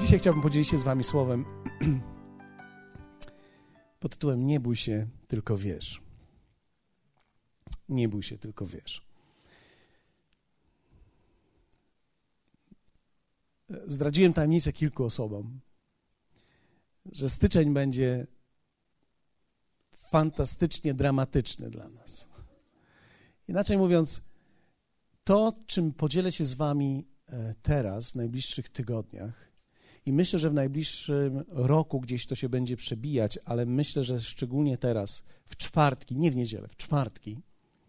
Dzisiaj chciałbym podzielić się z wami słowem pod tytułem Nie bój się, tylko wierz. Nie bój się, tylko wierz. Zdradziłem tajemnicę kilku osobom, że styczeń będzie fantastycznie dramatyczny dla nas. Inaczej mówiąc, to, czym podzielę się z wami teraz, w najbliższych tygodniach, i myślę, że w najbliższym roku gdzieś to się będzie przebijać, ale myślę, że szczególnie teraz, w czwartki, nie w niedzielę, w czwartki,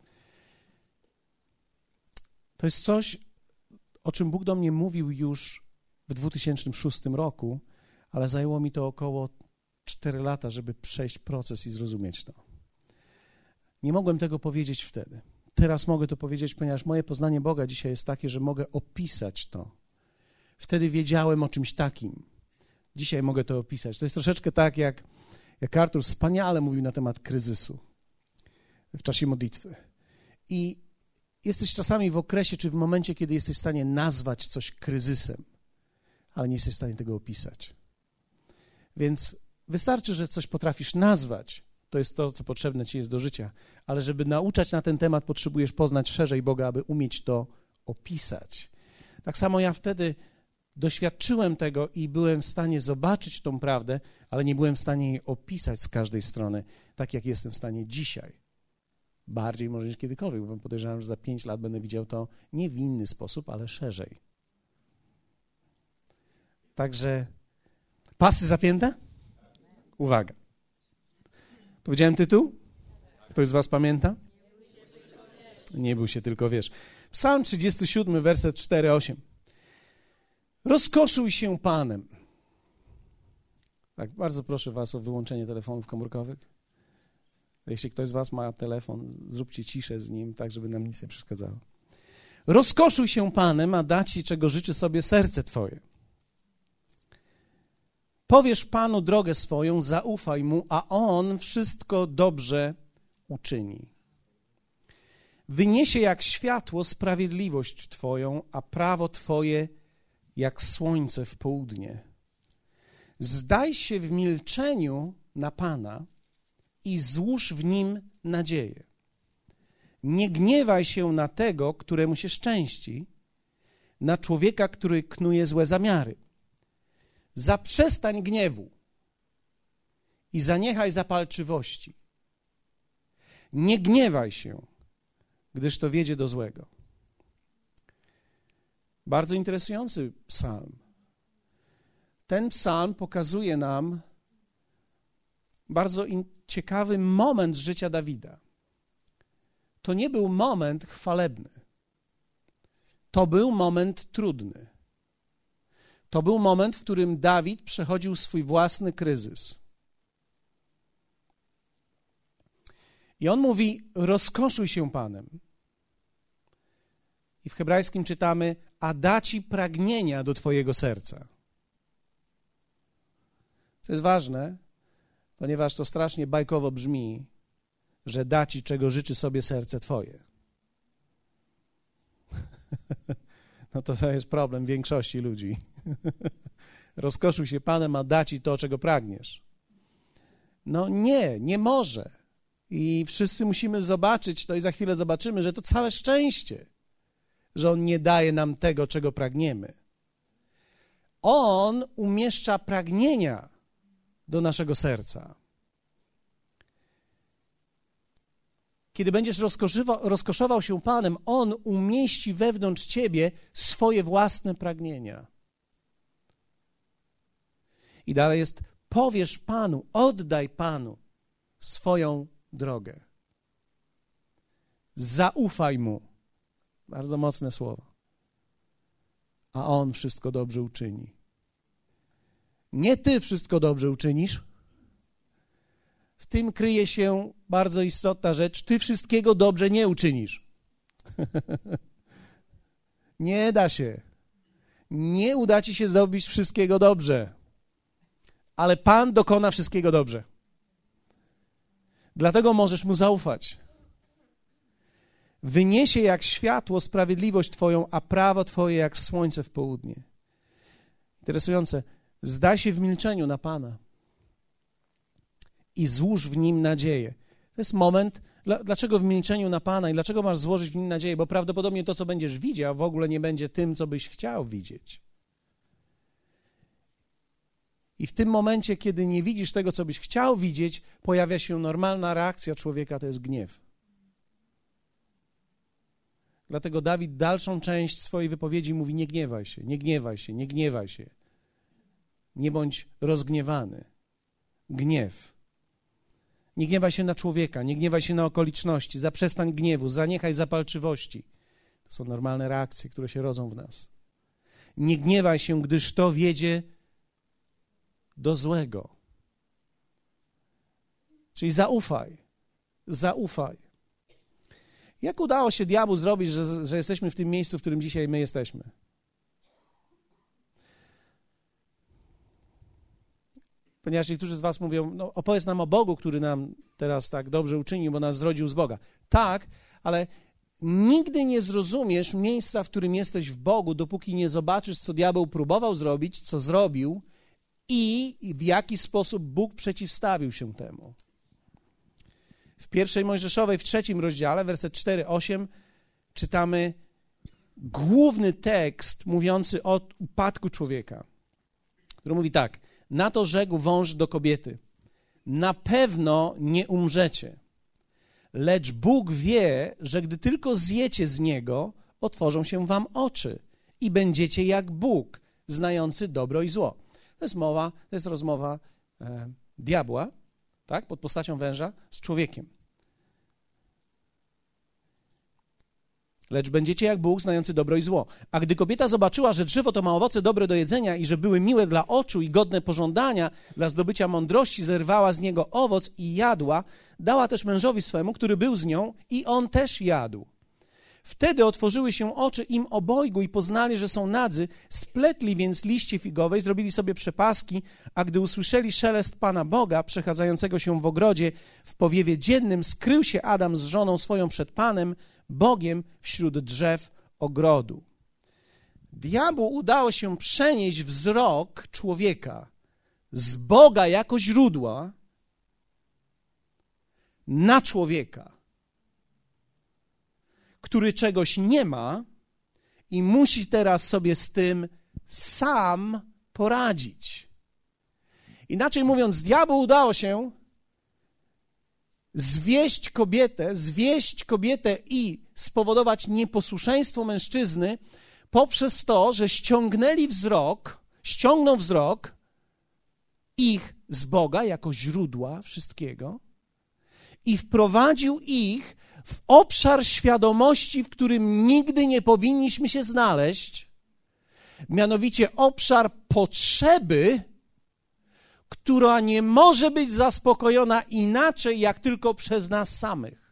to jest coś, o czym Bóg do mnie mówił już w 2006 roku, ale zajęło mi to około 4 lata, żeby przejść proces i zrozumieć to. Nie mogłem tego powiedzieć wtedy. Teraz mogę to powiedzieć, ponieważ moje poznanie Boga dzisiaj jest takie, że mogę opisać to. Wtedy wiedziałem o czymś takim. Dzisiaj mogę to opisać. To jest troszeczkę tak, jak Artur wspaniale mówił na temat kryzysu w czasie modlitwy. I jesteś czasami w okresie, czy w momencie, kiedy jesteś w stanie nazwać coś kryzysem, ale nie jesteś w stanie tego opisać. Więc wystarczy, że coś potrafisz nazwać. To jest to, co potrzebne ci jest do życia. Ale żeby nauczać na ten temat, potrzebujesz poznać szerzej Boga, aby umieć to opisać. Tak samo ja wtedy doświadczyłem tego i byłem w stanie zobaczyć tą prawdę, ale nie byłem w stanie jej opisać z każdej strony, tak jak jestem w stanie dzisiaj. Bardziej może niż kiedykolwiek, bo podejrzewam, że za 5 lat będę widział to nie w inny sposób, ale szerzej. Także pasy zapięte? Uwaga. Powiedziałem tytuł? Ktoś z was pamięta? Nie bój się, tylko wiesz. Psalm 37, werset 4-8. Rozkoszuj się Panem. Tak, bardzo proszę was o wyłączenie telefonów komórkowych. Jeśli ktoś z was ma telefon, zróbcie ciszę z nim, tak żeby nam nic nie przeszkadzało. Rozkoszuj się Panem, a da ci, czego życzy sobie serce twoje. Powierz Panu drogę swoją, zaufaj Mu, a On wszystko dobrze uczyni. Wyniesie jak światło sprawiedliwość Twoją, a prawo Twoje jak słońce w południe. Zdaj się w milczeniu na Pana i złóż w Nim nadzieję. Nie gniewaj się na tego, któremu się szczęści, na człowieka, który knuje złe zamiary. Zaprzestań gniewu i zaniechaj zapalczywości. Nie gniewaj się, gdyż to wiedzie do złego. Bardzo interesujący psalm. Ten psalm pokazuje nam bardzo ciekawy moment życia Dawida. To nie był moment chwalebny. To był moment trudny. To był moment, w którym Dawid przechodził swój własny kryzys. I on mówi, rozkoszuj się Panem. I w hebrajskim czytamy, a da ci pragnienia do twojego serca. Co jest ważne, ponieważ to strasznie bajkowo brzmi, że da ci, czego życzy sobie serce twoje. No to jest problem większości ludzi. Rozkoszuj się Panem, a da ci to, czego pragniesz. No nie może. I wszyscy musimy zobaczyć to i za chwilę zobaczymy, że to całe szczęście, że On nie daje nam tego, czego pragniemy. On umieszcza pragnienia do naszego serca. Kiedy będziesz rozkoszował się Panem, On umieści wewnątrz ciebie swoje własne pragnienia. I dalej jest, powierz Panu, oddaj Panu swoją drogę. Zaufaj Mu. Bardzo mocne słowo. A On wszystko dobrze uczyni. Nie ty wszystko dobrze uczynisz. W tym kryje się bardzo istotna rzecz. Ty wszystkiego dobrze nie uczynisz. Nie da się. Nie uda ci się zrobić wszystkiego dobrze. Ale Pan dokona wszystkiego dobrze. Dlatego możesz Mu zaufać. Wyniesie jak światło sprawiedliwość Twoją, a prawo Twoje jak słońce w południe. Interesujące. zdaj się w milczeniu na Pana i złóż w Nim nadzieję. To jest moment, dlaczego w milczeniu na Pana i dlaczego masz złożyć w Nim nadzieję, bo prawdopodobnie to, co będziesz widział, w ogóle nie będzie tym, co byś chciał widzieć. I w tym momencie, kiedy nie widzisz tego, co byś chciał widzieć, pojawia się normalna reakcja człowieka, to jest gniew. Dlatego Dawid dalszą część swojej wypowiedzi mówi: nie gniewaj się, nie gniewaj się, nie gniewaj się. Nie bądź rozgniewany. Gniew. Nie gniewaj się na człowieka, nie gniewaj się na okoliczności, zaprzestań gniewu, zaniechaj zapalczywości. To są normalne reakcje, które się rodzą w nas. Nie gniewaj się, gdyż to wiedzie do złego. Czyli zaufaj. Jak udało się diabłu zrobić, że jesteśmy w tym miejscu, w którym dzisiaj my jesteśmy? Ponieważ niektórzy z was mówią: no, opowiedz nam o Bogu, który nam teraz tak dobrze uczynił, bo nas zrodził z Boga. Tak, ale nigdy nie zrozumiesz miejsca, w którym jesteś w Bogu, dopóki nie zobaczysz, co diabeł próbował zrobić, co zrobił i w jaki sposób Bóg przeciwstawił się temu. W 1 Mojżeszowej, w 3 rozdziale, werset 4-8, czytamy główny tekst mówiący o upadku człowieka, który mówi tak: na to rzekł wąż do kobiety: na pewno nie umrzecie, lecz Bóg wie, że gdy tylko zjecie z niego, otworzą się wam oczy i będziecie jak Bóg, znający dobro i zło. To jest rozmowa diabła, tak, pod postacią węża z człowiekiem. Lecz będziecie jak Bóg, znający dobro i zło. A gdy kobieta zobaczyła, że drzewo to ma owoce dobre do jedzenia i że były miłe dla oczu i godne pożądania, dla zdobycia mądrości, zerwała z niego owoc i jadła, dała też mężowi swemu, który był z nią, i on też jadł. Wtedy otworzyły się oczy im obojgu i poznali, że są nadzy, spletli więc liście figowe i zrobili sobie przepaski, a gdy usłyszeli szelest Pana Boga, przechadzającego się w ogrodzie, w powiewie dziennym, skrył się Adam z żoną swoją przed Panem Bogiem wśród drzew ogrodu. Diabłu udało się przenieść wzrok człowieka z Boga jako źródła na człowieka, który czegoś nie ma i musi teraz sobie z tym sam poradzić. Inaczej mówiąc, diabłu udało się zwieść kobietę i spowodować nieposłuszeństwo mężczyzny poprzez to, że ściągnął wzrok ich z Boga jako źródła wszystkiego i wprowadził ich w obszar świadomości, w którym nigdy nie powinniśmy się znaleźć, mianowicie obszar potrzeby, która nie może być zaspokojona inaczej, jak tylko przez nas samych.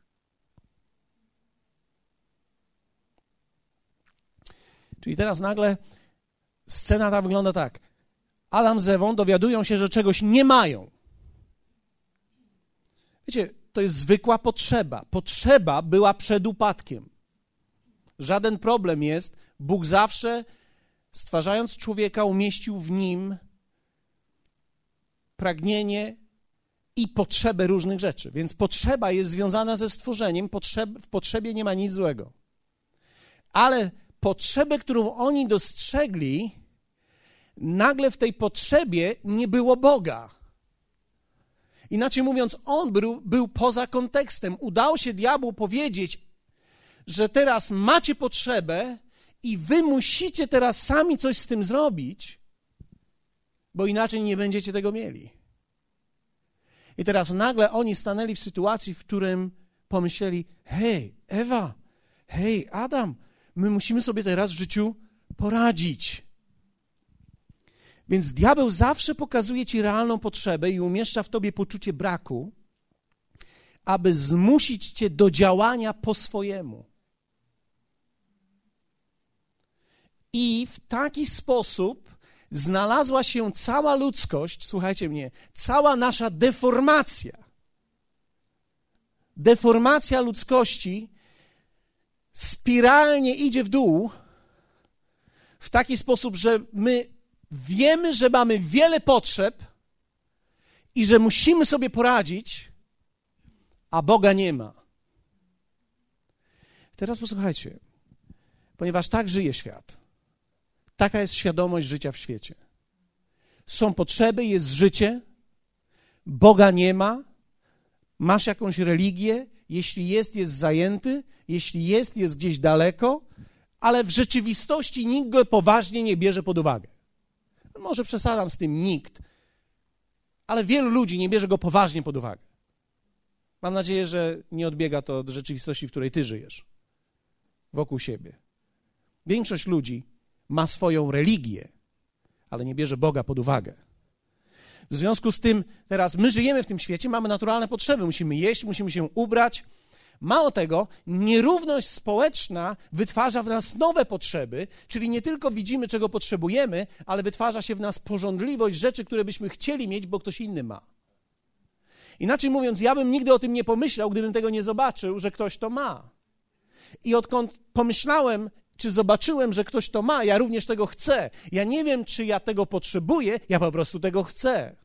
Czyli teraz nagle scena ta wygląda tak. Adam z Ewą dowiadują się, że czegoś nie mają. Wiecie, to jest zwykła potrzeba. Potrzeba była przed upadkiem. Żaden problem jest. Bóg zawsze, stwarzając człowieka, umieścił w nim pragnienie i potrzebę różnych rzeczy. Więc potrzeba jest związana ze stworzeniem. W potrzebie nie ma nic złego. Ale potrzebę, którą oni dostrzegli, nagle w tej potrzebie nie było Boga. Inaczej mówiąc, on był poza kontekstem. Udało się diabłu powiedzieć, że teraz macie potrzebę i wy musicie teraz sami coś z tym zrobić, bo inaczej nie będziecie tego mieli. I teraz nagle oni stanęli w sytuacji, w którym pomyśleli: hej, Ewa, hej, Adam, my musimy sobie teraz w życiu poradzić. Więc diabeł zawsze pokazuje ci realną potrzebę i umieszcza w tobie poczucie braku, aby zmusić cię do działania po swojemu. I w taki sposób znalazła się cała ludzkość, słuchajcie mnie, cała nasza deformacja. Deformacja ludzkości spiralnie idzie w dół w taki sposób, że my wiemy, że mamy wiele potrzeb i że musimy sobie poradzić, a Boga nie ma. Teraz posłuchajcie, ponieważ tak żyje świat, taka jest świadomość życia w świecie. Są potrzeby, jest życie, Boga nie ma, masz jakąś religię, jeśli jest zajęty, jeśli jest gdzieś daleko, ale w rzeczywistości nikt go poważnie nie bierze pod uwagę. Może przesadzam z tym nikt, ale wielu ludzi nie bierze go poważnie pod uwagę. Mam nadzieję, że nie odbiega to od rzeczywistości, w której ty żyjesz, wokół siebie. Większość ludzi ma swoją religię, ale nie bierze Boga pod uwagę. W związku z tym teraz my żyjemy w tym świecie, mamy naturalne potrzeby, musimy jeść, musimy się ubrać. Mało tego, nierówność społeczna wytwarza w nas nowe potrzeby, czyli nie tylko widzimy, czego potrzebujemy, ale wytwarza się w nas pożądliwość rzeczy, które byśmy chcieli mieć, bo ktoś inny ma. Inaczej mówiąc, ja bym nigdy o tym nie pomyślał, gdybym tego nie zobaczył, że ktoś to ma. I odkąd pomyślałem, czy zobaczyłem, że ktoś to ma, ja również tego chcę. Ja nie wiem, czy ja tego potrzebuję, ja po prostu tego chcę.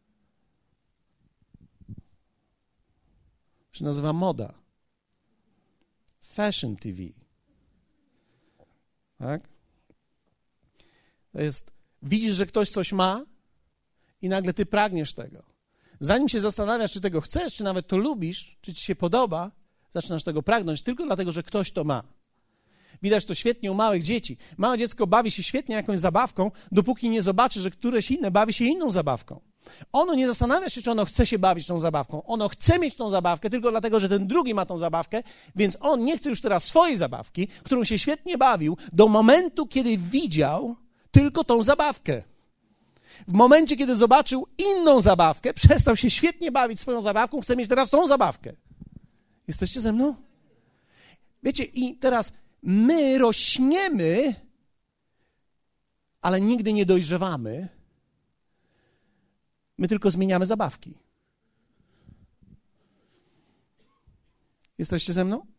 To się nazywa moda. Fashion TV. Tak? To jest, widzisz, że ktoś coś ma i nagle ty pragniesz tego. Zanim się zastanawiasz, czy tego chcesz, czy nawet to lubisz, czy ci się podoba, zaczynasz tego pragnąć tylko dlatego, że ktoś to ma. Widać to świetnie u małych dzieci. Małe dziecko bawi się świetnie jakąś zabawką, dopóki nie zobaczy, że któreś inne bawi się inną zabawką. Ono nie zastanawia się, czy ono chce się bawić tą zabawką. Ono chce mieć tą zabawkę tylko dlatego, że ten drugi ma tą zabawkę, więc on nie chce już teraz swojej zabawki, którą się świetnie bawił, do momentu, kiedy widział tylko tą zabawkę. W momencie, kiedy zobaczył inną zabawkę, przestał się świetnie bawić swoją zabawką, chce mieć teraz tą zabawkę. Jesteście ze mną? Wiecie, i teraz my rośniemy, ale nigdy nie dojrzewamy. My tylko zmieniamy zabawki. Jesteście ze mną?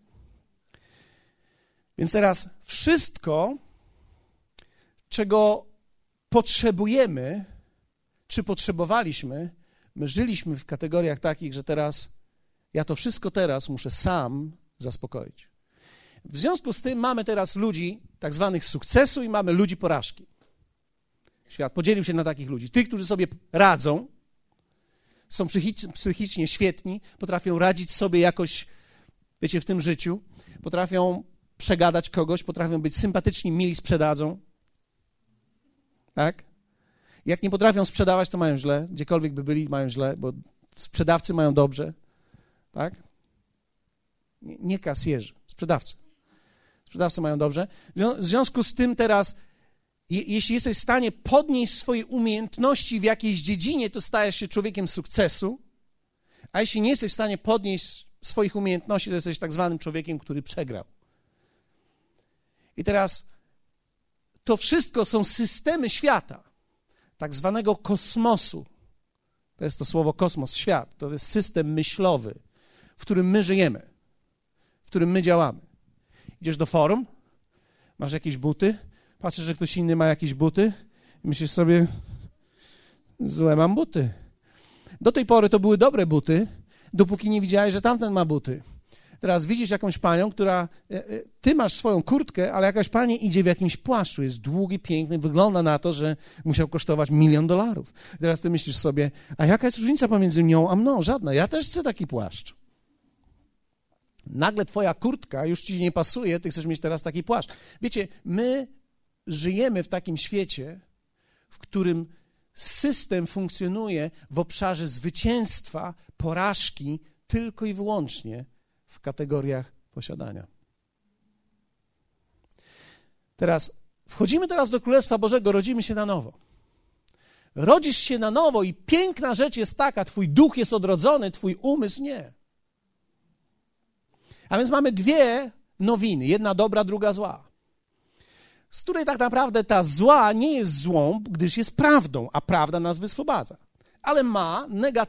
Więc teraz wszystko, czego potrzebujemy, czy potrzebowaliśmy, my żyliśmy w kategoriach takich, że teraz ja to wszystko teraz muszę sam zaspokoić. W związku z tym mamy teraz ludzi tak zwanych sukcesu i mamy ludzi porażki. Świat podzielił się na takich ludzi. Tych, którzy sobie radzą, są psychicznie świetni, potrafią radzić sobie jakoś, wiecie, w tym życiu, potrafią przegadać kogoś, potrafią być sympatyczni, mili, sprzedadzą. Tak? Jak nie potrafią sprzedawać, to mają źle. Gdziekolwiek by byli, mają źle, bo sprzedawcy mają dobrze. Tak? Nie kasjerzy, sprzedawcy. Sprzedawcy mają dobrze. W związku z tym teraz, jeśli jesteś w stanie podnieść swoje umiejętności w jakiejś dziedzinie, to stajesz się człowiekiem sukcesu, a jeśli nie jesteś w stanie podnieść swoich umiejętności, to jesteś tak zwanym człowiekiem, który przegrał. I teraz to wszystko są systemy świata, tak zwanego kosmosu. To jest to słowo kosmos, świat. To jest system myślowy, w którym my żyjemy, w którym my działamy. Idziesz do forum, masz jakieś buty, patrzysz, że ktoś inny ma jakieś buty i myślisz sobie, złe mam buty. Do tej pory to były dobre buty, dopóki nie widziałeś, że tamten ma buty. Teraz widzisz jakąś panią, która, ty masz swoją kurtkę, ale jakaś pani idzie w jakimś płaszczu, jest długi, piękny, wygląda na to, że musiał kosztować $1 milion. Teraz ty myślisz sobie, a jaka jest różnica pomiędzy nią a mną? Żadna, ja też chcę taki płaszcz. Nagle twoja kurtka już ci nie pasuje, ty chcesz mieć teraz taki płaszcz. Wiecie, my żyjemy w takim świecie, w którym system funkcjonuje w obszarze zwycięstwa, porażki tylko i wyłącznie w kategoriach posiadania. Wchodzimy teraz do Królestwa Bożego, rodzimy się na nowo. Rodzisz się na nowo i piękna rzecz jest taka, twój duch jest odrodzony, twój umysł nie. A więc mamy dwie nowiny, jedna dobra, druga zła, z której tak naprawdę ta zła nie jest złą, gdyż jest prawdą, a prawda nas wyswobadza, ale ma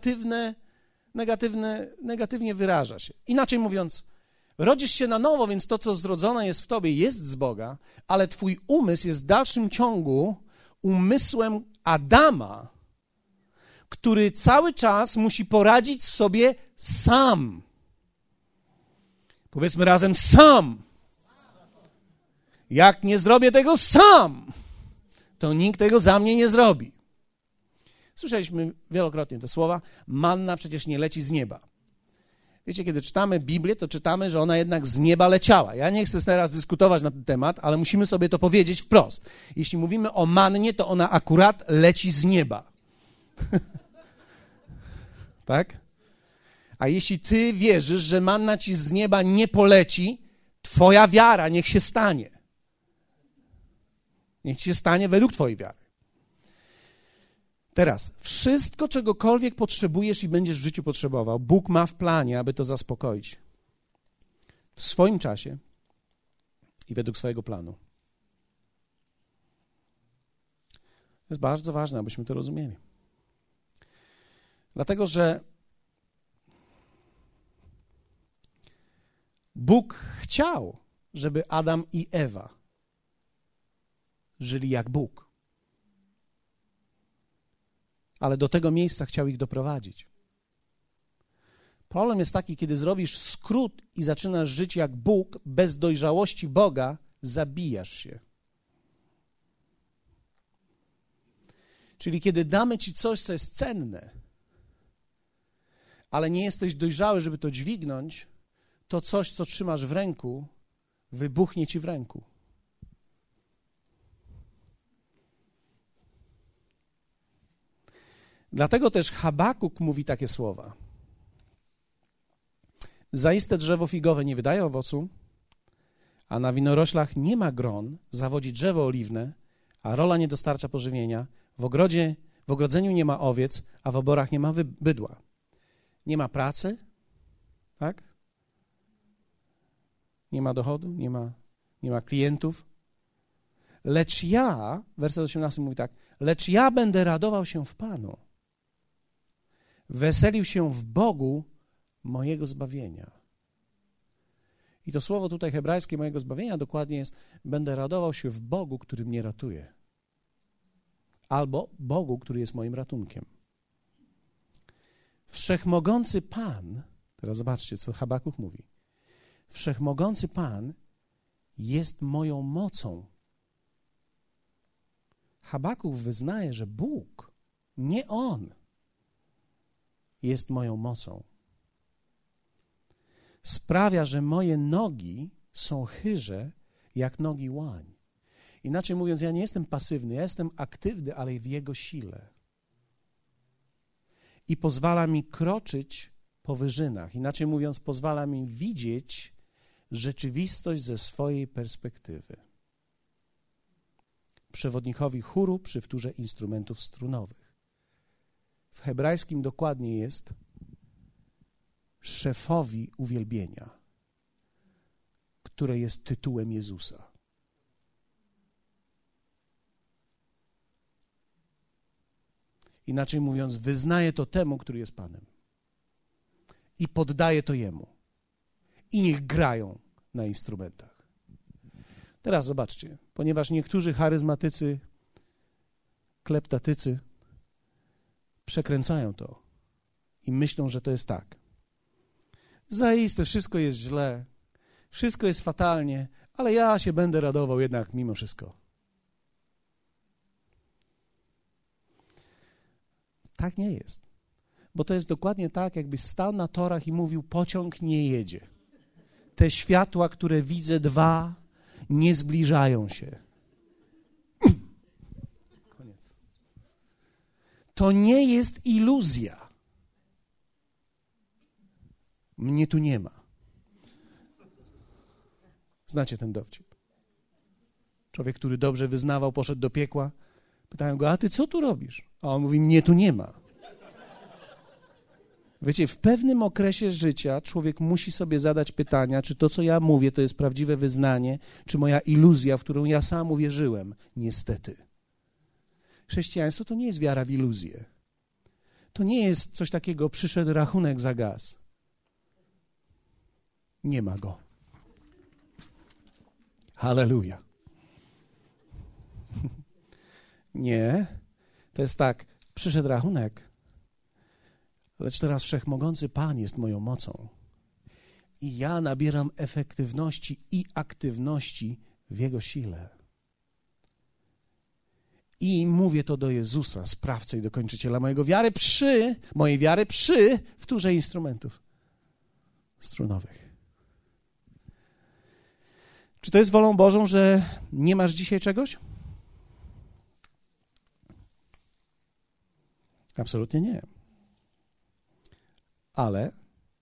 negatywnie wyraża się. Inaczej mówiąc, rodzisz się na nowo, więc to, co zrodzone jest w tobie, jest z Boga, ale twój umysł jest w dalszym ciągu umysłem Adama, który cały czas musi poradzić sobie sam. Powiedzmy razem sam. Jak nie zrobię tego sam, to nikt tego za mnie nie zrobi. Słyszeliśmy wielokrotnie te słowa. Manna przecież nie leci z nieba. Wiecie, kiedy czytamy Biblię, to czytamy, że ona jednak z nieba leciała. Ja nie chcę teraz dyskutować na ten temat, ale musimy sobie to powiedzieć wprost. Jeśli mówimy o mannie, to ona akurat leci z nieba. Tak? A jeśli ty wierzysz, że manna ci z nieba nie poleci, twoja wiara niech się stanie. Niech ci się stanie według twojej wiary. Teraz, wszystko, czegokolwiek potrzebujesz i będziesz w życiu potrzebował, Bóg ma w planie, aby to zaspokoić. W swoim czasie i według swojego planu. To jest bardzo ważne, abyśmy to rozumieli. Dlatego, że Bóg chciał, żeby Adam i Ewa żyli jak Bóg. Ale do tego miejsca chciał ich doprowadzić. Problem jest taki, kiedy zrobisz skrót i zaczynasz żyć jak Bóg, bez dojrzałości Boga, zabijasz się. Czyli kiedy damy ci coś, co jest cenne, ale nie jesteś dojrzały, żeby to dźwignąć, to coś, co trzymasz w ręku, wybuchnie ci w ręku. Dlatego też Habakuk mówi takie słowa. Zaiste drzewo figowe nie wydaje owocu, a na winoroślach nie ma gron, zawodzi drzewo oliwne, a rola nie dostarcza pożywienia, w ogrodzeniu nie ma owiec, a w oborach nie ma bydła. Nie ma pracy, tak? Nie ma dochodu, nie ma klientów. Lecz ja, werset 18 mówi tak, lecz ja będę radował się w Panu. Weselił się w Bogu mojego zbawienia. I to słowo tutaj hebrajskie mojego zbawienia dokładnie jest: będę radował się w Bogu, który mnie ratuje. Albo Bogu, który jest moim ratunkiem. Wszechmogący Pan, teraz zobaczcie, co Habakuk mówi. Wszechmogący Pan jest moją mocą. Habakuk wyznaje, że Bóg, nie on, jest moją mocą. Sprawia, że moje nogi są chyże jak nogi łań. Inaczej mówiąc, ja nie jestem pasywny, ja jestem aktywny, ale w Jego sile. I pozwala mi kroczyć po wyżynach. Inaczej mówiąc, pozwala mi widzieć rzeczywistość ze swojej perspektywy. Przewodnikowi chóru przy wtórze instrumentów strunowych. W hebrajskim dokładnie jest szefowi uwielbienia, które jest tytułem Jezusa. Inaczej mówiąc, wyznaję to temu, który jest Panem. I poddaję to Jemu. I niech grają na instrumentach. Teraz zobaczcie, ponieważ niektórzy charyzmatycy, kleptatycy przekręcają to i myślą, że to jest tak. Zaiste, wszystko jest źle, wszystko jest fatalnie, ale ja się będę radował jednak mimo wszystko. Tak nie jest. Bo to jest dokładnie tak, jakbyś stał na torach i mówił: pociąg nie jedzie. Te światła, które widzę, dwa, nie zbliżają się. Koniec. To nie jest iluzja. Mnie tu nie ma. Znacie ten dowcip. Człowiek, który dobrze wyznawał, poszedł do piekła. Pytają go: a ty co tu robisz? A on mówi: mnie tu nie ma. Wiecie, w pewnym okresie życia człowiek musi sobie zadać pytania, czy to, co ja mówię, to jest prawdziwe wyznanie, czy moja iluzja, w którą ja sam uwierzyłem. Niestety. Chrześcijaństwo to nie jest wiara w iluzję. To nie jest coś takiego: przyszedł rachunek za gaz. Nie ma go. Halleluja. Nie. To jest tak, przyszedł rachunek, lecz teraz Wszechmogący Pan jest moją mocą. I ja nabieram efektywności i aktywności w Jego sile. I mówię to do Jezusa, sprawcy i dokończyciela mojej wiary przy wtórze instrumentów strunowych. Czy to jest wolą Bożą, że nie masz dzisiaj czegoś? Absolutnie nie. Ale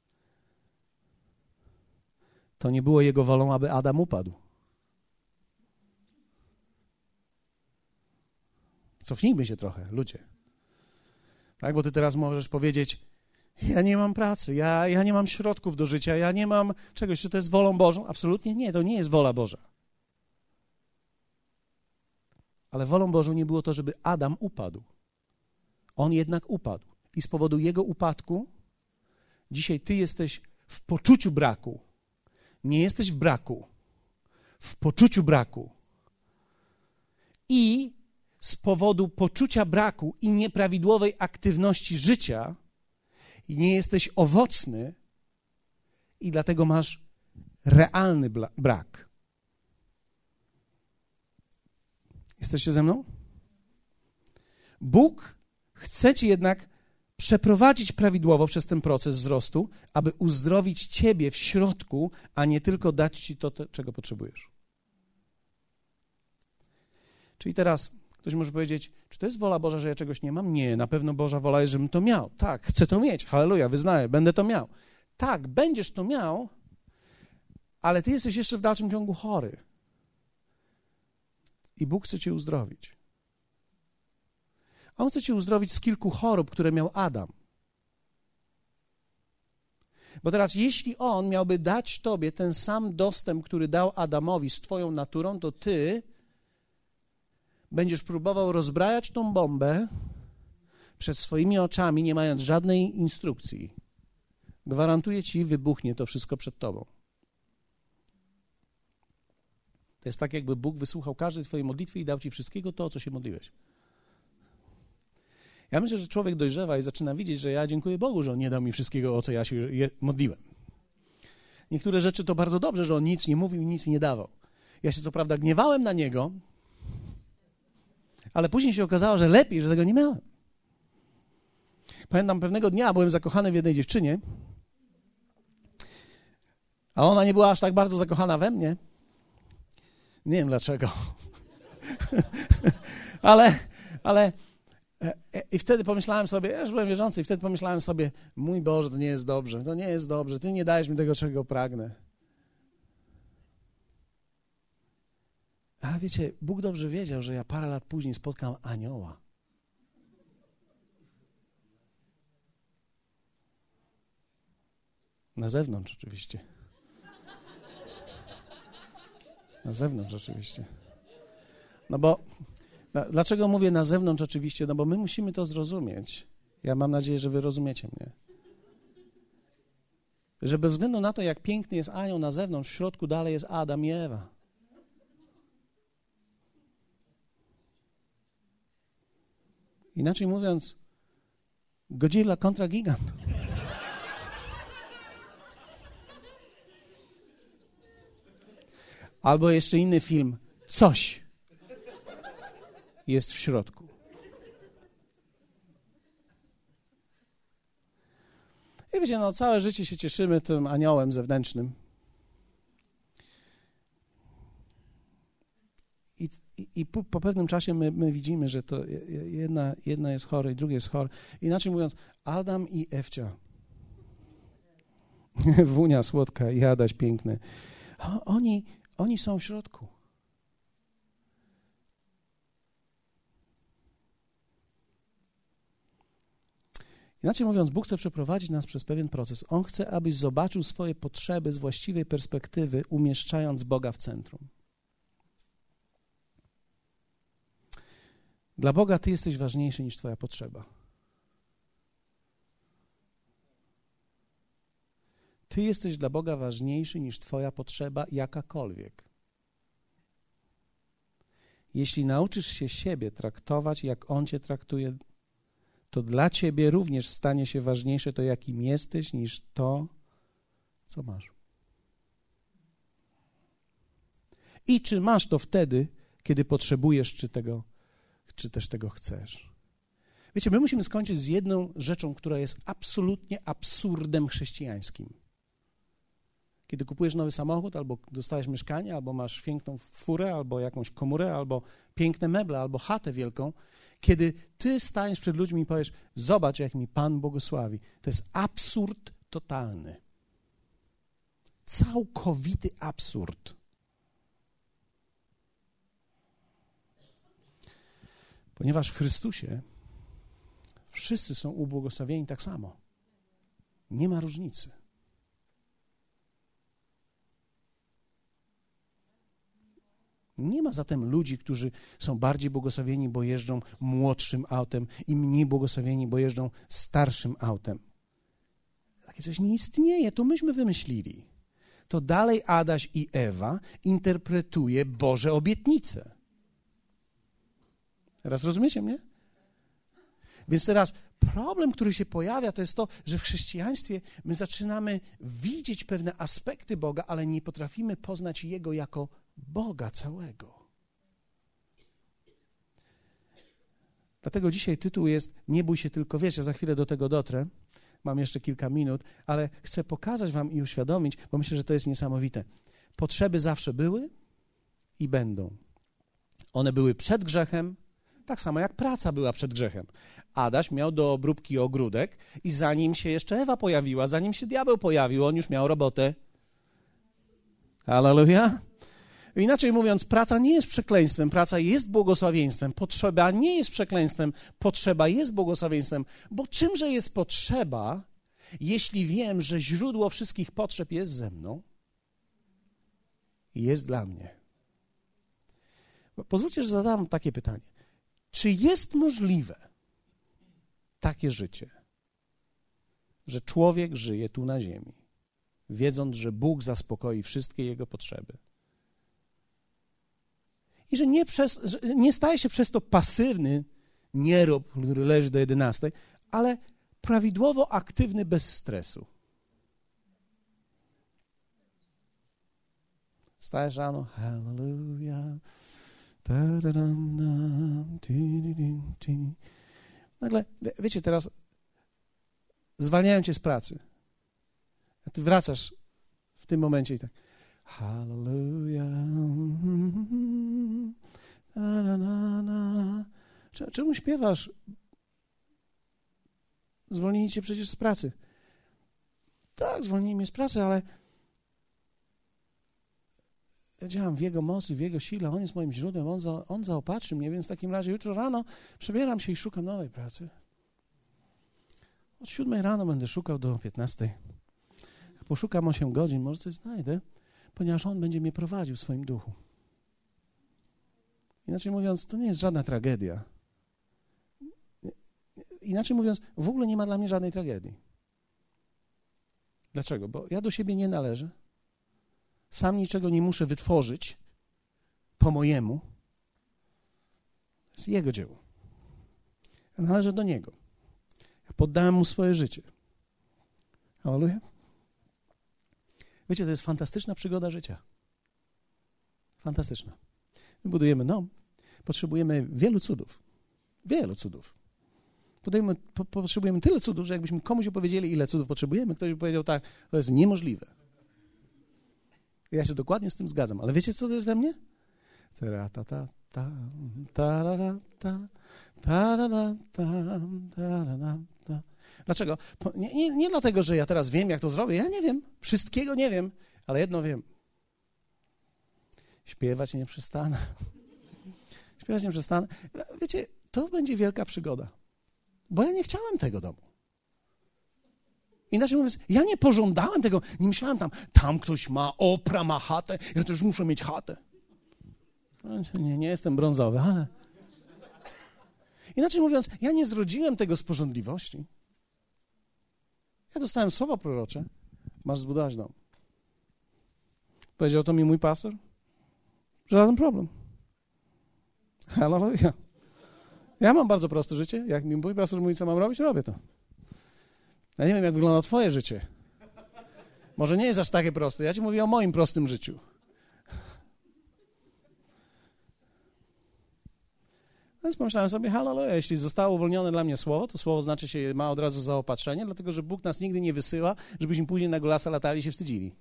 to nie było Jego wolą, aby Adam upadł. Cofnijmy się trochę, ludzie. Tak, bo ty teraz możesz powiedzieć, ja nie mam pracy, ja nie mam środków do życia, ja nie mam czegoś. Czy to jest wolą Bożą? Absolutnie nie, to nie jest wola Boża. Ale wolą Bożą nie było to, żeby Adam upadł. On jednak upadł. I z powodu jego upadku dzisiaj ty jesteś w poczuciu braku. Nie jesteś w braku. W poczuciu braku. I z powodu poczucia braku i nieprawidłowej aktywności życia nie jesteś owocny i dlatego masz realny brak. Jesteście ze mną? Bóg chce ci jednak przeprowadzić prawidłowo przez ten proces wzrostu, aby uzdrowić ciebie w środku, a nie tylko dać ci to, czego potrzebujesz. Czyli teraz ktoś może powiedzieć, czy to jest wola Boża, że ja czegoś nie mam? Nie, na pewno Boża wola jest, żebym to miał. Tak, chcę to mieć, halleluja, wyznaję, będę to miał. Tak, będziesz to miał, ale ty jesteś jeszcze w dalszym ciągu chory. I Bóg chce cię uzdrowić. On chce cię uzdrowić z kilku chorób, które miał Adam. Bo teraz, jeśli on miałby dać tobie ten sam dostęp, który dał Adamowi z twoją naturą, to ty będziesz próbował rozbrajać tą bombę przed swoimi oczami, nie mając żadnej instrukcji. Gwarantuję ci, wybuchnie to wszystko przed tobą. To jest tak, jakby Bóg wysłuchał każdej twojej modlitwy i dał ci wszystkiego to, o co się modliłeś. Ja myślę, że człowiek dojrzewa i zaczyna widzieć, że ja dziękuję Bogu, że On nie dał mi wszystkiego, o co ja się modliłem. Niektóre rzeczy to bardzo dobrze, że On nic nie mówił i nic mi nie dawał. Ja się co prawda gniewałem na Niego, ale później się okazało, że lepiej, że tego nie miałem. Pamiętam, pewnego dnia byłem zakochany w jednej dziewczynie, a ona nie była aż tak bardzo zakochana we mnie. Nie wiem dlaczego. ale i wtedy pomyślałem sobie, ja już byłem wierzący, i wtedy pomyślałem sobie, mój Boże, to nie jest dobrze, Ty nie dajesz mi tego, czego pragnę. A wiecie, Bóg dobrze wiedział, że ja parę lat później spotkam anioła. Na zewnątrz oczywiście. Na zewnątrz oczywiście. No bo, dlaczego mówię na zewnątrz oczywiście? No bo my musimy to zrozumieć. Ja mam nadzieję, że wy rozumiecie mnie. Że bez względu na to, jak piękny jest anioł na zewnątrz, w środku dalej jest Adam i Ewa. Inaczej mówiąc, Godzilla kontra gigant. Albo jeszcze inny film. Coś jest w środku. I wiecie, no całe życie się cieszymy tym aniołem zewnętrznym. I po pewnym czasie my widzimy, że to jedna jest chora i druga jest chora. Inaczej mówiąc, Adam i Ewcia. Wunia słodka i Adaś piękny. Oni są w środku. Inaczej mówiąc, Bóg chce przeprowadzić nas przez pewien proces. On chce, abyś zobaczył swoje potrzeby z właściwej perspektywy, umieszczając Boga w centrum. Dla Boga ty jesteś ważniejszy niż twoja potrzeba. Ty jesteś dla Boga ważniejszy niż twoja potrzeba jakakolwiek. Jeśli nauczysz się siebie traktować, jak On cię traktuje, to dla ciebie również stanie się ważniejsze to, jakim jesteś, niż to, co masz. I czy masz to wtedy, kiedy potrzebujesz, czy też tego chcesz. Wiecie, my musimy skończyć z jedną rzeczą, która jest absolutnie absurdem chrześcijańskim. Kiedy kupujesz nowy samochód, albo dostajesz mieszkanie, albo masz piękną furę, albo jakąś komórę, albo piękne meble, albo chatę wielką, kiedy ty stajesz przed ludźmi i powiesz, zobacz, jak mi Pan błogosławi. To jest absurd totalny. Całkowity absurd. Ponieważ w Chrystusie wszyscy są ubłogosławieni tak samo. Nie ma różnicy. Nie ma zatem ludzi, którzy są bardziej błogosławieni, bo jeżdżą młodszym autem i mniej błogosławieni, bo jeżdżą starszym autem. Takie coś nie istnieje, to myśmy wymyślili. To dalej Adaś i Ewa interpretuje Boże obietnice. Teraz rozumiecie mnie? Więc teraz problem, który się pojawia, to jest to, że w chrześcijaństwie my zaczynamy widzieć pewne aspekty Boga, ale nie potrafimy poznać Jego jako Boga całego. Dlatego dzisiaj tytuł jest Nie bój się, tylko wierz. Ja za chwilę do tego dotrę. Mam jeszcze kilka minut, ale chcę pokazać wam i uświadomić, bo myślę, że to jest niesamowite. Potrzeby zawsze były i będą. One były przed grzechem, tak samo jak praca była przed grzechem. Adaś miał do obróbki ogródek i zanim się jeszcze Ewa pojawiła, zanim się diabeł pojawił, on już miał robotę. Halleluja. Inaczej mówiąc, praca nie jest przekleństwem, praca jest błogosławieństwem. Potrzeba nie jest przekleństwem, potrzeba jest błogosławieństwem. Bo czymże jest potrzeba, jeśli wiem, że źródło wszystkich potrzeb jest ze mną i jest dla mnie? Pozwólcie, że zadam takie pytanie. Czy jest możliwe takie życie, że człowiek żyje tu na ziemi, wiedząc, że Bóg zaspokoi wszystkie jego potrzeby? I że nie staje się przez to pasywny nierób, który leży do 11, ale prawidłowo aktywny bez stresu. Wstajesz rano, hallelujah, nagle, wiecie, teraz zwalniają cię z pracy, a ty wracasz w tym momencie i tak hallelujah. Czemu śpiewasz? Zwolnili cię przecież z pracy. Tak, zwolnili mnie z pracy, ale ja działam w Jego mocy, w Jego sile. On jest moim źródłem, On zaopatrzy mnie, więc w takim razie jutro rano przebieram się i szukam nowej pracy. Od 7 rano będę szukał do 15. Poszukam 8 godzin, może coś znajdę, ponieważ On będzie mnie prowadził w swoim duchu. Inaczej mówiąc, to nie jest żadna tragedia. Inaczej mówiąc, w ogóle nie ma dla mnie żadnej tragedii. Dlaczego? Bo ja do siebie nie należę. Sam niczego nie muszę wytworzyć po mojemu. To jest Jego dzieło. Ja należę do Niego. Ja poddałem Mu swoje życie. Halleluja. Wiecie, to jest fantastyczna przygoda życia. Fantastyczna. My budujemy dom. Potrzebujemy wielu cudów. Wielu cudów. Potrzebujemy tyle cudów, że jakbyśmy komuś opowiedzieli, ile cudów potrzebujemy, ktoś by powiedział tak, to jest niemożliwe. Ja się dokładnie z tym zgadzam. Ale wiecie, co to jest we mnie? Dlaczego? Nie dlatego, że ja teraz wiem, jak to zrobię. Ja nie wiem. Wszystkiego nie wiem, ale jedno wiem. Śpiewać nie przestanę. Śpiewać nie przestanę. Wiecie, to będzie wielka przygoda. Bo ja nie chciałem tego domu. Inaczej mówiąc, ja nie pożądałem tego, nie myślałem tam ktoś ma, Oprah ma chatę, ja też muszę mieć chatę. Nie jestem brązowy, ale... Inaczej mówiąc, ja nie zrodziłem tego z pożądliwości. Ja dostałem słowo prorocze, masz zbudować dom. Powiedział to mi mój pastor, żaden problem. Halleluja. Ja mam bardzo proste życie. Jak mi mój pastor mówi, co mam robić, robię to. Ja nie wiem, jak wygląda twoje życie. Może nie jest aż takie proste. Ja ci mówię o moim prostym życiu. Więc pomyślałem sobie, halleluja, jeśli zostało uwolnione dla mnie słowo, to słowo znaczy się ma od razu zaopatrzenie, dlatego że Bóg nas nigdy nie wysyła, żebyśmy później na golasa latali i się wstydzili.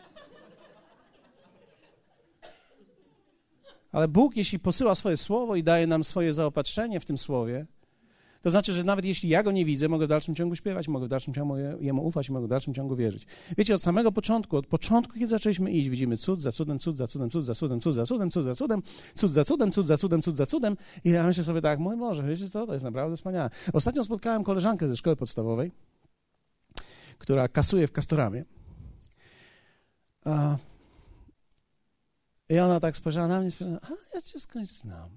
Ale Bóg, jeśli posyła swoje słowo i daje nam swoje zaopatrzenie w tym słowie, to znaczy, że nawet jeśli ja go nie widzę, mogę w dalszym ciągu śpiewać, mogę w dalszym ciągu jemu ufać, mogę w dalszym ciągu wierzyć. Wiecie, od samego początku, kiedy zaczęliśmy iść, widzimy cud za cudem, cud za cudem, cud za cudem, cud za cudem, cud za cudem, cud za cudem, cud za cudem, cud za cudem. I ja myślę sobie tak, mój Boże, wiecie co, to jest naprawdę wspaniałe. Ostatnio spotkałem koleżankę ze szkoły podstawowej, która kasuje w Castoramie. I ona tak spojrzała na mnie i powiedziała, ja cię skądś znam.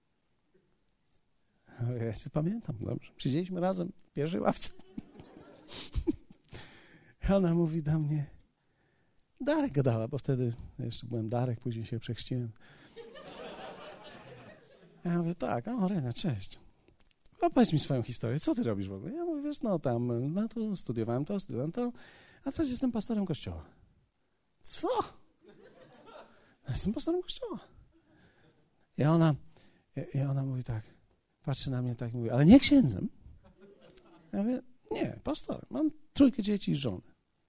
Ja się pamiętam, dobrze. Siedzieliśmy razem w pierwszej ławce. I ona mówi do mnie, Darek gadała, bo wtedy jeszcze byłem Darek, później się przechrzciłem. Ja mówię, tak, Rena, cześć. Opowiedz mi swoją historię, co ty robisz w ogóle? Ja mówię, wiesz, tu studiowałem to, a teraz jestem pastorem kościoła. Co? Jestem pastorem kościoła. I ona mówi tak, patrzy na mnie tak i mówi, ale nie księdzem. Ja mówię, nie, pastorem, mam 3 dzieci i żonę.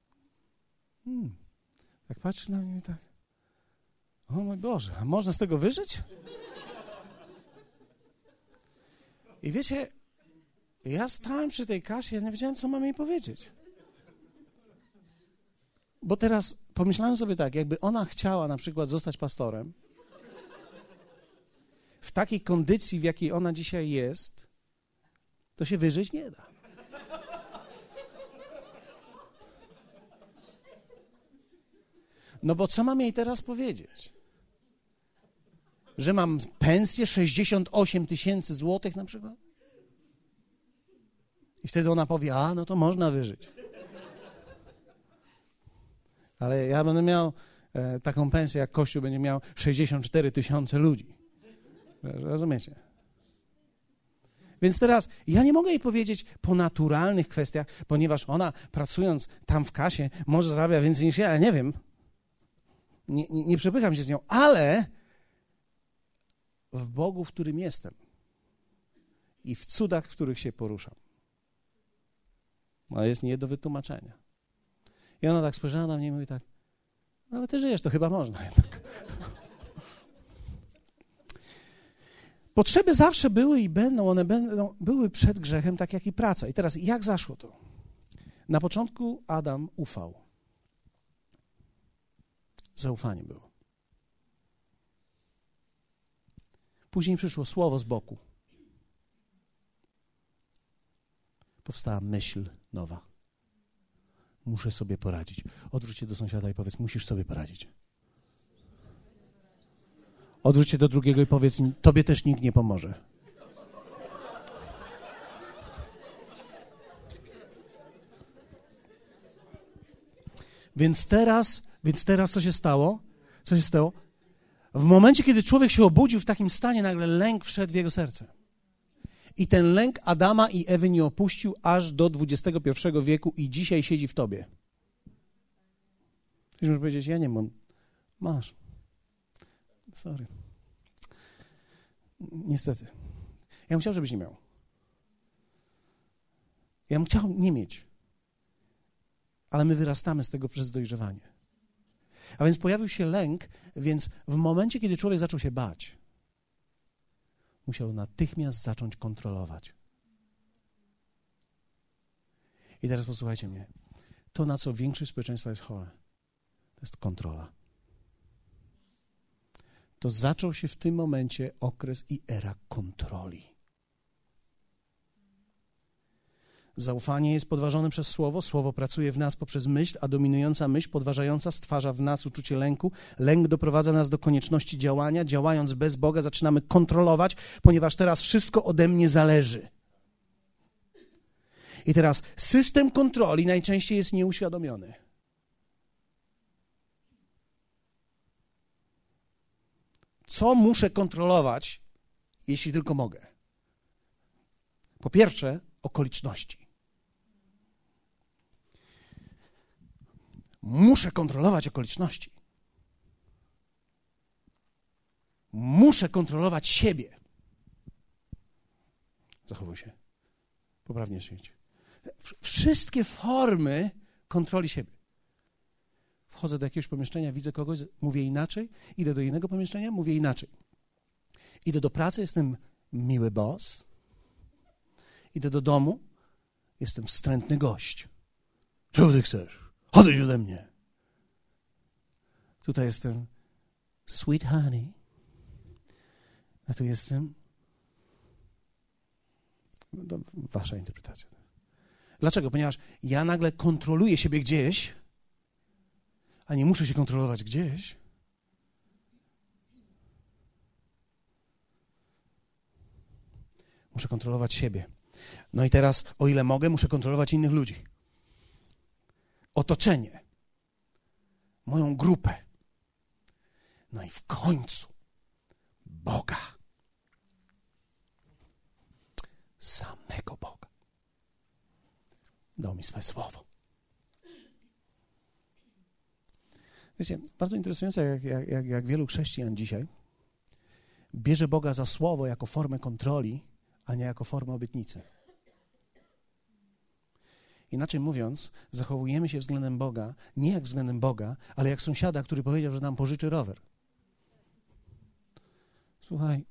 Tak patrzy na mnie i tak, o mój Boże, a można z tego wyżyć? I wiecie, ja stałem przy tej kasie, ja nie wiedziałem, co mam jej powiedzieć. Bo teraz pomyślałem sobie tak, jakby ona chciała na przykład zostać pastorem, w takiej kondycji, w jakiej ona dzisiaj jest, to się wyżyć nie da. No bo co mam jej teraz powiedzieć? Że mam pensję 68 000 złotych na przykład? I wtedy ona powie, no to można wyżyć. Ale ja będę miał taką pensję, jak Kościół będzie miał 64 000 ludzi. Rozumiecie? Więc teraz ja nie mogę jej powiedzieć po naturalnych kwestiach, ponieważ ona pracując tam w kasie może zarabia więcej niż ja nie wiem. Nie przepycham się z nią, ale w Bogu, w którym jestem i w cudach, w których się poruszam. No jest nie do wytłumaczenia. I ona tak spojrzała na mnie i mówi tak, no ale ty żyjesz, to chyba można jednak. Potrzeby zawsze były i będą, one były przed grzechem, tak jak i praca. I teraz jak zaszło to? Na początku Adam ufał. Zaufanie było. Później przyszło słowo z boku. Powstała myśl nowa. Muszę sobie poradzić. Odwróć się do sąsiada i powiedz, musisz sobie poradzić. Odwróć się do drugiego i powiedz, tobie też nikt nie pomoże. Więc teraz co się stało? Co się stało? W momencie, kiedy człowiek się obudził w takim stanie, nagle lęk wszedł w jego serce. I ten lęk Adama i Ewy nie opuścił aż do XXI wieku i dzisiaj siedzi w tobie. Ktoś może powiedzieć, ja nie mam. Masz. Sorry. Niestety. Ja bym chciał, żebyś nie miał. Ja bym chciał nie mieć. Ale my wyrastamy z tego przez dojrzewanie. A więc pojawił się lęk, więc w momencie, kiedy człowiek zaczął się bać, musiał natychmiast zacząć kontrolować. I teraz posłuchajcie mnie. To, na co większość społeczeństwa jest chore, to jest kontrola. To zaczął się w tym momencie okres i era kontroli. Zaufanie jest podważone przez słowo, słowo pracuje w nas poprzez myśl, a dominująca myśl podważająca stwarza w nas uczucie lęku. Lęk doprowadza nas do konieczności działania. Działając bez Boga zaczynamy kontrolować, ponieważ teraz wszystko ode mnie zależy. I teraz system kontroli najczęściej jest nieuświadomiony. Co muszę kontrolować jeśli tylko mogę. Po pierwsze, okoliczności. Muszę kontrolować okoliczności. Muszę kontrolować siebie. Zachowuj się. Poprawnie siedź. Wszystkie formy kontroli siebie. Wchodzę do jakiegoś pomieszczenia, widzę kogoś, mówię inaczej. Idę do innego pomieszczenia, mówię inaczej. Idę do pracy, jestem miły boss. Idę do domu, jestem wstrętny gość. Czego ty chcesz? Odejdź ode mnie. Tutaj jestem sweet honey, a tu jestem... To wasza interpretacja. Dlaczego? Ponieważ ja nagle kontroluję siebie gdzieś, a nie muszę się kontrolować gdzieś. Muszę kontrolować siebie. No i teraz, o ile mogę, muszę kontrolować innych ludzi. Otoczenie. Moją grupę. No i w końcu Boga. Samego Boga. Dał mi swoje słowo. Wiecie, bardzo interesujące, jak wielu chrześcijan dzisiaj bierze Boga za słowo jako formę kontroli, a nie jako formę obietnicy. Inaczej mówiąc, zachowujemy się względem Boga nie jak względem Boga, ale jak sąsiada, który powiedział, że nam pożyczy rower. Słuchaj,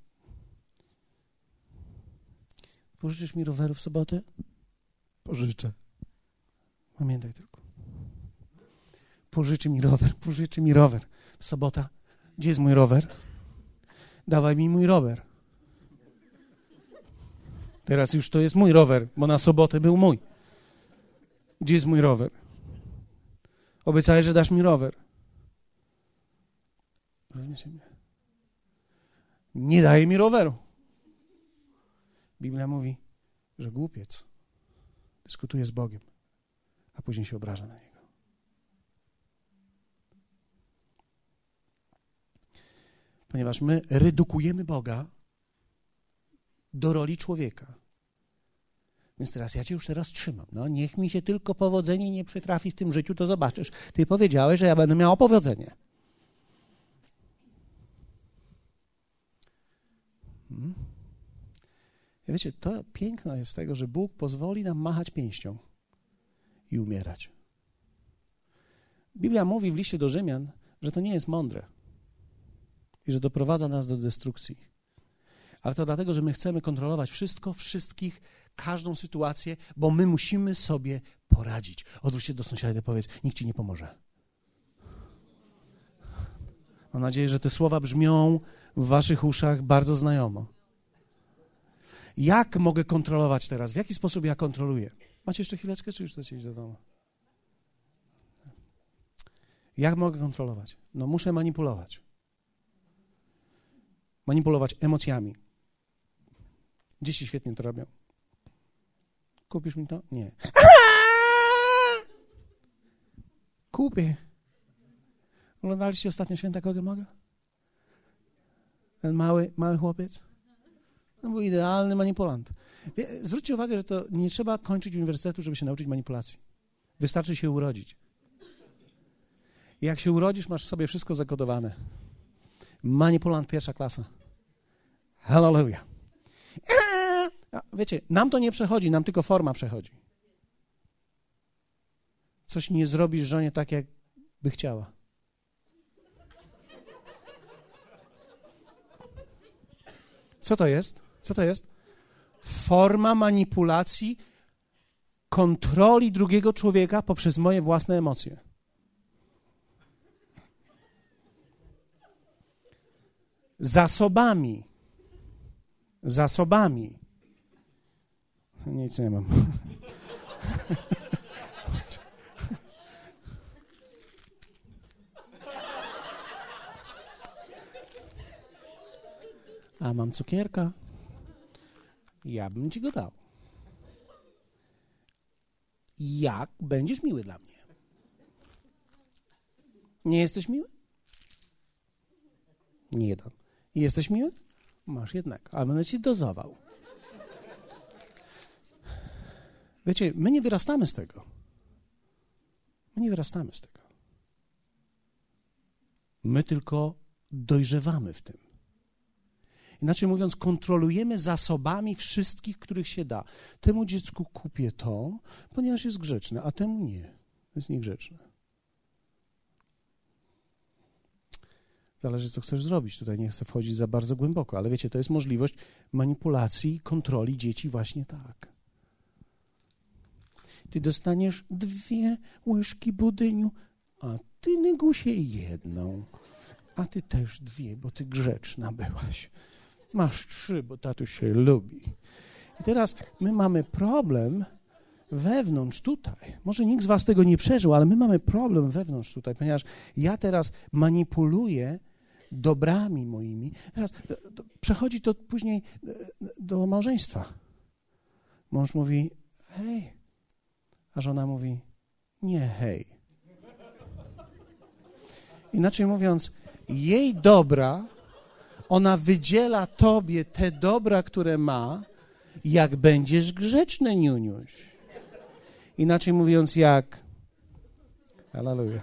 pożyczysz mi roweru w sobotę? Pożyczę. Pamiętaj tylko. Pożyczy mi rower. W sobota. Gdzie jest mój rower? Dawaj mi mój rower. Teraz już to jest mój rower, bo na sobotę był mój. Gdzie jest mój rower? Obiecałeś, że dasz mi rower. Rozumiecie mnie? Nie daje mi roweru. Biblia mówi, że głupiec dyskutuje z Bogiem, a później się obraża na Niego. Ponieważ my redukujemy Boga do roli człowieka. Więc teraz ja cię już teraz trzymam. No, niech mi się tylko powodzenie nie przytrafi w tym życiu, to zobaczysz. Ty powiedziałeś, że ja będę miał powodzenie. Wiecie, to piękno jest tego, że Bóg pozwoli nam machać pięścią i umierać. Biblia mówi w liście do Rzymian, że to nie jest mądre i że doprowadza nas do destrukcji. Ale to dlatego, że my chcemy kontrolować wszystko, wszystkich, każdą sytuację, bo my musimy sobie poradzić. Odwróć się do sąsiada i powiedz, nikt ci nie pomoże. Mam nadzieję, że te słowa brzmią w waszych uszach bardzo znajomo. Jak mogę kontrolować teraz? W jaki sposób ja kontroluję? Macie jeszcze chwileczkę, czy już chcecie iść do domu? Jak mogę kontrolować? No muszę manipulować. Manipulować emocjami. Dzieci świetnie to robią. Kupisz mi to? Nie. Kupię. Oglądaliście ostatnio Święta Kogo Mogę? Ten mały chłopiec? To był idealny manipulant. Zwróćcie uwagę, że to nie trzeba kończyć uniwersytetu, żeby się nauczyć manipulacji. Wystarczy się urodzić. I jak się urodzisz, masz w sobie wszystko zakodowane. Manipulant pierwsza klasa. Hallelujah. Wiecie, nam to nie przechodzi, nam tylko forma przechodzi. Coś nie zrobisz żonie tak, jak by chciała. Co to jest? Co to jest? Forma manipulacji, kontroli drugiego człowieka poprzez moje własne emocje. Zasobami. Nic nie mam. A mam cukierka. Ja bym ci go dał. Jak będziesz miły dla mnie? Nie jesteś miły? Nie dam. Jesteś miły? Masz jednego, ale będę ci dozował. Wiecie, my nie wyrastamy z tego. My nie wyrastamy z tego. My tylko dojrzewamy w tym. Inaczej mówiąc, kontrolujemy zasobami wszystkich, których się da. Temu dziecku kupię to, ponieważ jest grzeczne, a temu nie. Jest niegrzeczne. Zależy, co chcesz zrobić. Tutaj nie chcę wchodzić za bardzo głęboko, ale wiecie, to jest możliwość manipulacji, kontroli dzieci właśnie tak. Ty dostaniesz 2 łyżki budyniu, a ty, Nygusie, 1. A ty też 2, bo ty grzeczna byłaś. Masz 3, bo tatuś się lubi. I teraz my mamy problem wewnątrz tutaj. Może nikt z was tego nie przeżył, ale my mamy problem wewnątrz tutaj, ponieważ ja teraz manipuluję dobrami moimi. Teraz przechodzi to później do małżeństwa. Mąż mówi, hej, a żona mówi, nie hej. Inaczej mówiąc, jej dobra, ona wydziela tobie te dobra, które ma, jak będziesz grzeczny, niuniuś. Inaczej mówiąc, jak... Halleluja.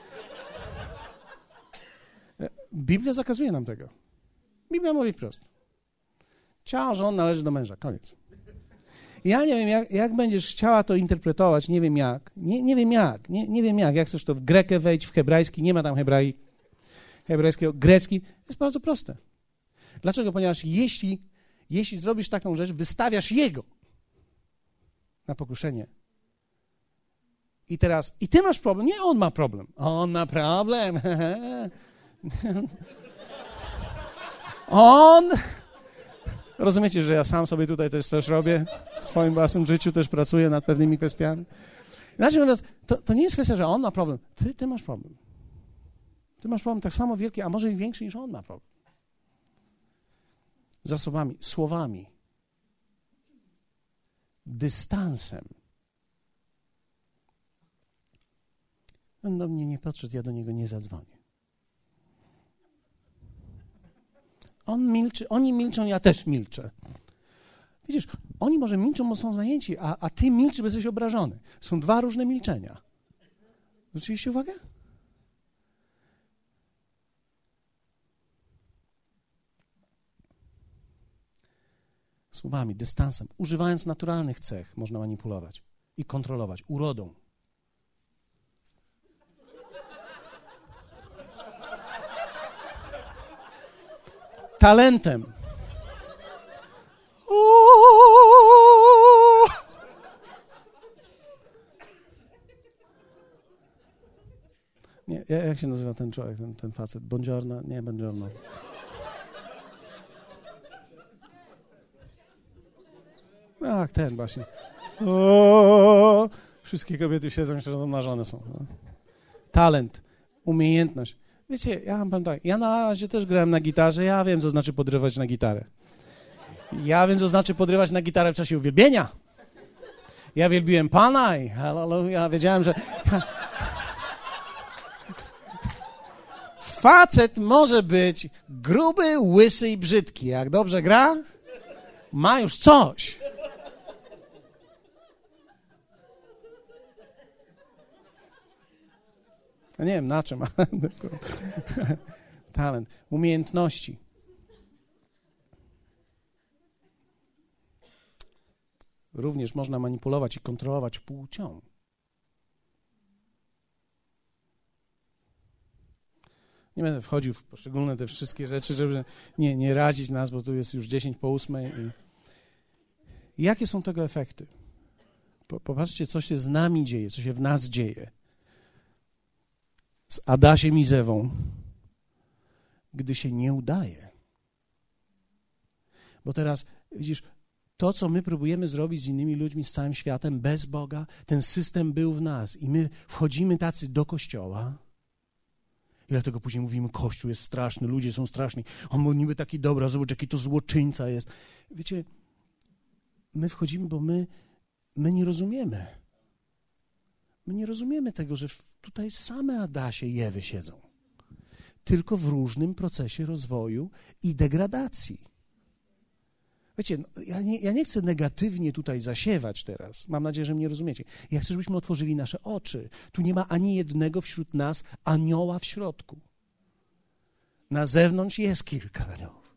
Biblia zakazuje nam tego. Biblia mówi wprost. Ciało żon należy do męża. Koniec. Ja nie wiem, jak będziesz chciała to interpretować, nie wiem jak. Nie wiem jak. Nie wiem jak. Jak chcesz to w grekę wejść, w hebrajski, nie ma tam hebrajskiego, grecki. Jest bardzo proste. Dlaczego? Ponieważ jeśli zrobisz taką rzecz, wystawiasz jego na pokuszenie. I ty masz problem. Nie on ma problem. On ma problem. On... Rozumiecie, że ja sam sobie tutaj też robię, w swoim własnym życiu też pracuję nad pewnymi kwestiami. Inaczej mówiąc, to nie jest kwestia, że on ma problem. Ty masz problem. Ty masz problem tak samo wielki, a może i większy niż on ma problem. Zasobami, słowami, dystansem. On do mnie nie podszedł, ja do niego nie zadzwonię. On milczy, oni milczą, ja też milczę. Widzisz, oni może milczą, bo są zajęci, a ty milczysz, bo jesteś obrażony. Są 2 różne milczenia. Zwróciliście uwagę? Słowami, dystansem, używając naturalnych cech można manipulować i kontrolować. Urodą. Talentem. Nie, jak się nazywa ten człowiek, ten facet? Buongiorno? Nie, buongiorno. Tak, ten właśnie. Wszystkie kobiety siedzą i rozmarzone są. Talent, umiejętność. Wiecie, ja wam powiem tak, ja na razie też grałem na gitarze, ja wiem, co znaczy podrywać na gitarę. Ja wiem, co znaczy podrywać na gitarę w czasie uwielbienia. Ja wielbiłem Pana i halleluja, wiedziałem, że... Facet może być gruby, łysy i brzydki. Jak dobrze gra, ma już coś. Ja nie wiem na czym, ale talent, umiejętności. Również można manipulować i kontrolować płcią. Nie będę wchodził w poszczególne te wszystkie rzeczy, żeby nie razić nas, bo tu jest już 10:08. I jakie są tego efekty? Popatrzcie, co się z nami dzieje, co się w nas dzieje. Z Adasiem i z Ewą, gdy się nie udaje. Bo teraz, widzisz, to, co my próbujemy zrobić z innymi ludźmi, z całym światem, bez Boga, ten system był w nas i my wchodzimy tacy do kościoła i dlatego później mówimy, Kościół jest straszny, ludzie są straszni, on był niby taki dobry, zobacz, jaki to złoczyńca jest. Wiecie, my wchodzimy, bo my nie rozumiemy. My nie rozumiemy tego, że tutaj same Adasie i Ewy siedzą. Tylko w różnym procesie rozwoju i degradacji. Wiecie, ja nie chcę negatywnie tutaj zasiewać teraz. Mam nadzieję, że mnie rozumiecie. Ja chcę, żebyśmy otworzyli nasze oczy. Tu nie ma ani jednego wśród nas anioła w środku. Na zewnątrz jest kilka aniołów.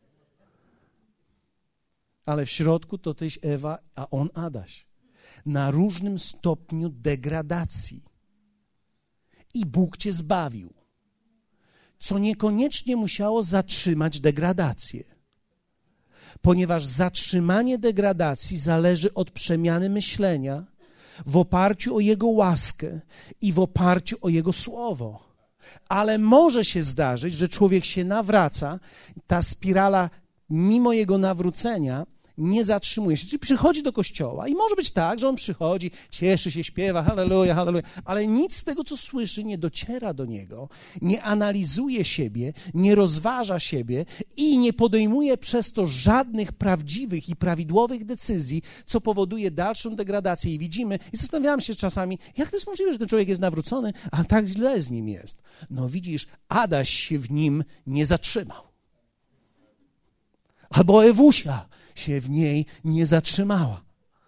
Ale w środku to tyś Ewa, a on Adaś. Na różnym stopniu degradacji. I Bóg cię zbawił. Co niekoniecznie musiało zatrzymać degradację. Ponieważ zatrzymanie degradacji zależy od przemiany myślenia w oparciu o Jego łaskę i w oparciu o Jego Słowo. Ale może się zdarzyć, że człowiek się nawraca, ta spirala mimo jego nawrócenia nie zatrzymuje się. Czyli przychodzi do kościoła i może być tak, że on przychodzi, cieszy się, śpiewa, halleluja, halleluja, ale nic z tego, co słyszy, nie dociera do niego, nie analizuje siebie, nie rozważa siebie i nie podejmuje przez to żadnych prawdziwych i prawidłowych decyzji, co powoduje dalszą degradację. I widzimy, i zastanawiamy się czasami, jak to jest możliwe, że ten człowiek jest nawrócony, a tak źle z nim jest. No widzisz, Adaś się w nim nie zatrzymał. Albo Ewusia się w niej nie zatrzymała.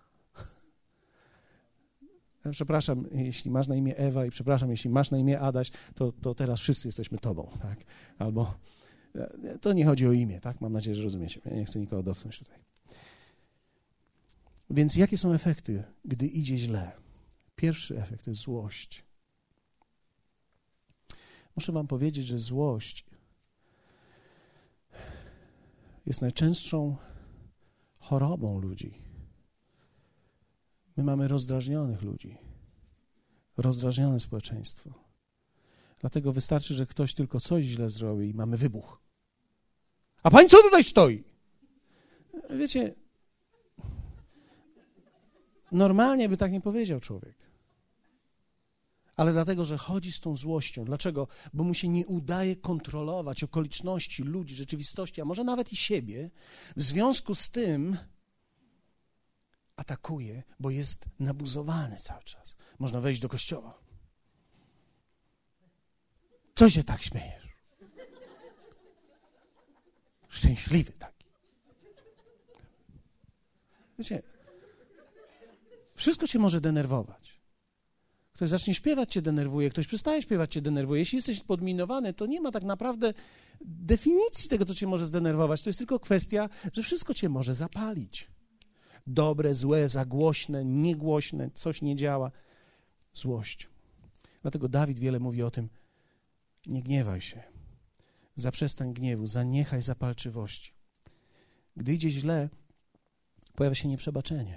Przepraszam, jeśli masz na imię Ewa i przepraszam, jeśli masz na imię Adaś, to teraz wszyscy jesteśmy tobą, tak? Albo to nie chodzi o imię, tak? Mam nadzieję, że rozumiecie. Ja nie chcę nikogo dotknąć tutaj. Więc jakie są efekty, gdy idzie źle? Pierwszy efekt to jest złość. Muszę wam powiedzieć, że złość jest najczęstszą chorobą ludzi. My mamy rozdrażnionych ludzi, rozdrażnione społeczeństwo. Dlatego wystarczy, że ktoś tylko coś źle zrobi i mamy wybuch. A pani co tutaj stoi? Wiecie, normalnie by tak nie powiedział człowiek. Ale dlatego, że chodzi z tą złością. Dlaczego? Bo mu się nie udaje kontrolować okoliczności, ludzi, rzeczywistości, a może nawet i siebie. W związku z tym atakuje, bo jest nabuzowany cały czas. Można wejść do kościoła. Co się tak śmiejesz? Szczęśliwy taki. Wiecie, wszystko cię może denerwować. Ktoś zacznie śpiewać, cię denerwuje, ktoś przestaje śpiewać, cię denerwuje. Jeśli jesteś podminowany, to nie ma tak naprawdę definicji tego, co cię może zdenerwować. To jest tylko kwestia, że wszystko cię może zapalić. Dobre, złe, za głośne, niegłośne, coś nie działa. Złość. Dlatego Dawid wiele mówi o tym, nie gniewaj się, zaprzestań gniewu, zaniechaj zapalczywości. Gdy idzie źle, pojawia się nieprzebaczenie.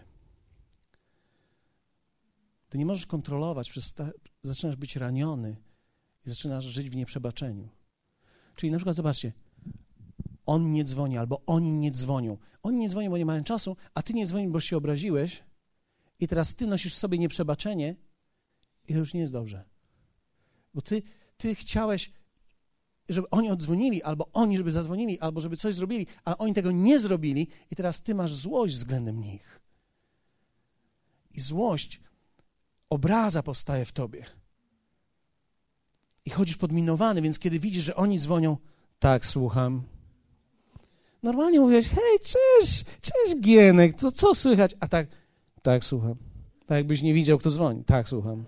Ty nie możesz kontrolować, zaczynasz być raniony i zaczynasz żyć w nieprzebaczeniu. Czyli na przykład zobaczcie, on nie dzwoni albo oni nie dzwonią. Oni nie dzwonią, bo nie mają czasu, a ty nie dzwonisz, bo się obraziłeś i teraz ty nosisz w sobie nieprzebaczenie i to już nie jest dobrze. Bo ty chciałeś, żeby oni odzwonili, albo oni, żeby zadzwonili, albo żeby coś zrobili, ale oni tego nie zrobili i teraz ty masz złość względem nich. I złość, obraza powstaje w tobie. I chodzisz podminowany, więc kiedy widzisz, że oni dzwonią, tak, słucham. Normalnie mówiłeś, hej, cześć Gienek, co słychać? A tak, słucham. Tak jakbyś nie widział, kto dzwoni. Tak, słucham.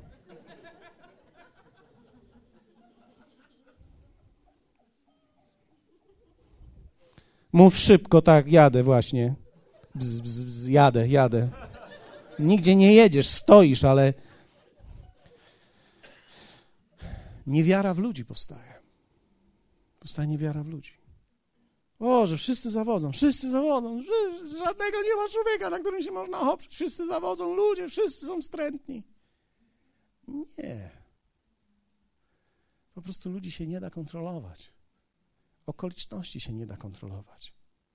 Mów szybko, tak, jadę właśnie. Jadę. Nigdzie nie jedziesz, stoisz, ale niewiara w ludzi powstaje. Powstaje niewiara w ludzi. O, że wszyscy zawodzą, że żadnego nie ma człowieka, na którym się można oprzeć. Wszyscy zawodzą, ludzie, wszyscy są wstrętni. Nie. Po prostu ludzi się nie da kontrolować. Okoliczności się nie da kontrolować.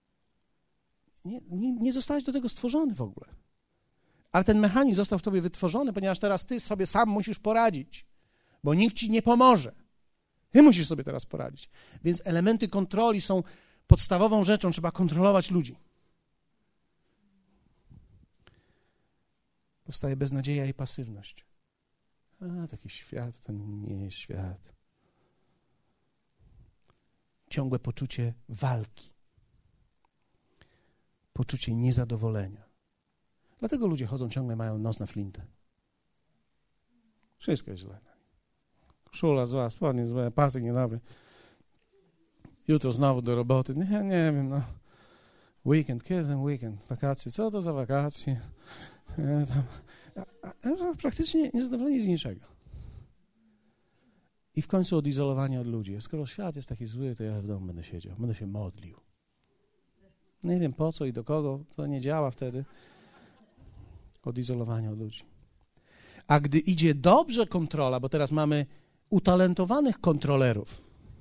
Nie zostałeś do tego stworzony w ogóle. Ale ten mechanizm został w tobie wytworzony, ponieważ teraz ty sobie sam musisz poradzić, bo nikt ci nie pomoże. Ty musisz sobie teraz poradzić. Więc elementy kontroli są podstawową rzeczą. Trzeba kontrolować ludzi. Powstaje beznadzieja i pasywność. Taki świat, to nie jest świat. Ciągłe poczucie walki. poczucie niezadowolenia. Dlatego ludzie chodzą ciągle, mają nos na flintę. Wszystko jest źle. Koszula zła, spodnie złe, pasek niedobry. Jutro znowu do roboty. Nie wiem, no. Weekend, kiedy ten weekend? Wakacje, co to za wakacje? Praktycznie niezadowoleni z niczego. I w końcu odizolowanie od ludzi. Skoro świat jest taki zły, to ja w domu będę siedział, będę się modlił. Nie wiem po co i do kogo, to nie działa wtedy. Odizolowanie od ludzi. A gdy idzie dobrze kontrola, bo teraz mamy utalentowanych kontrolerów.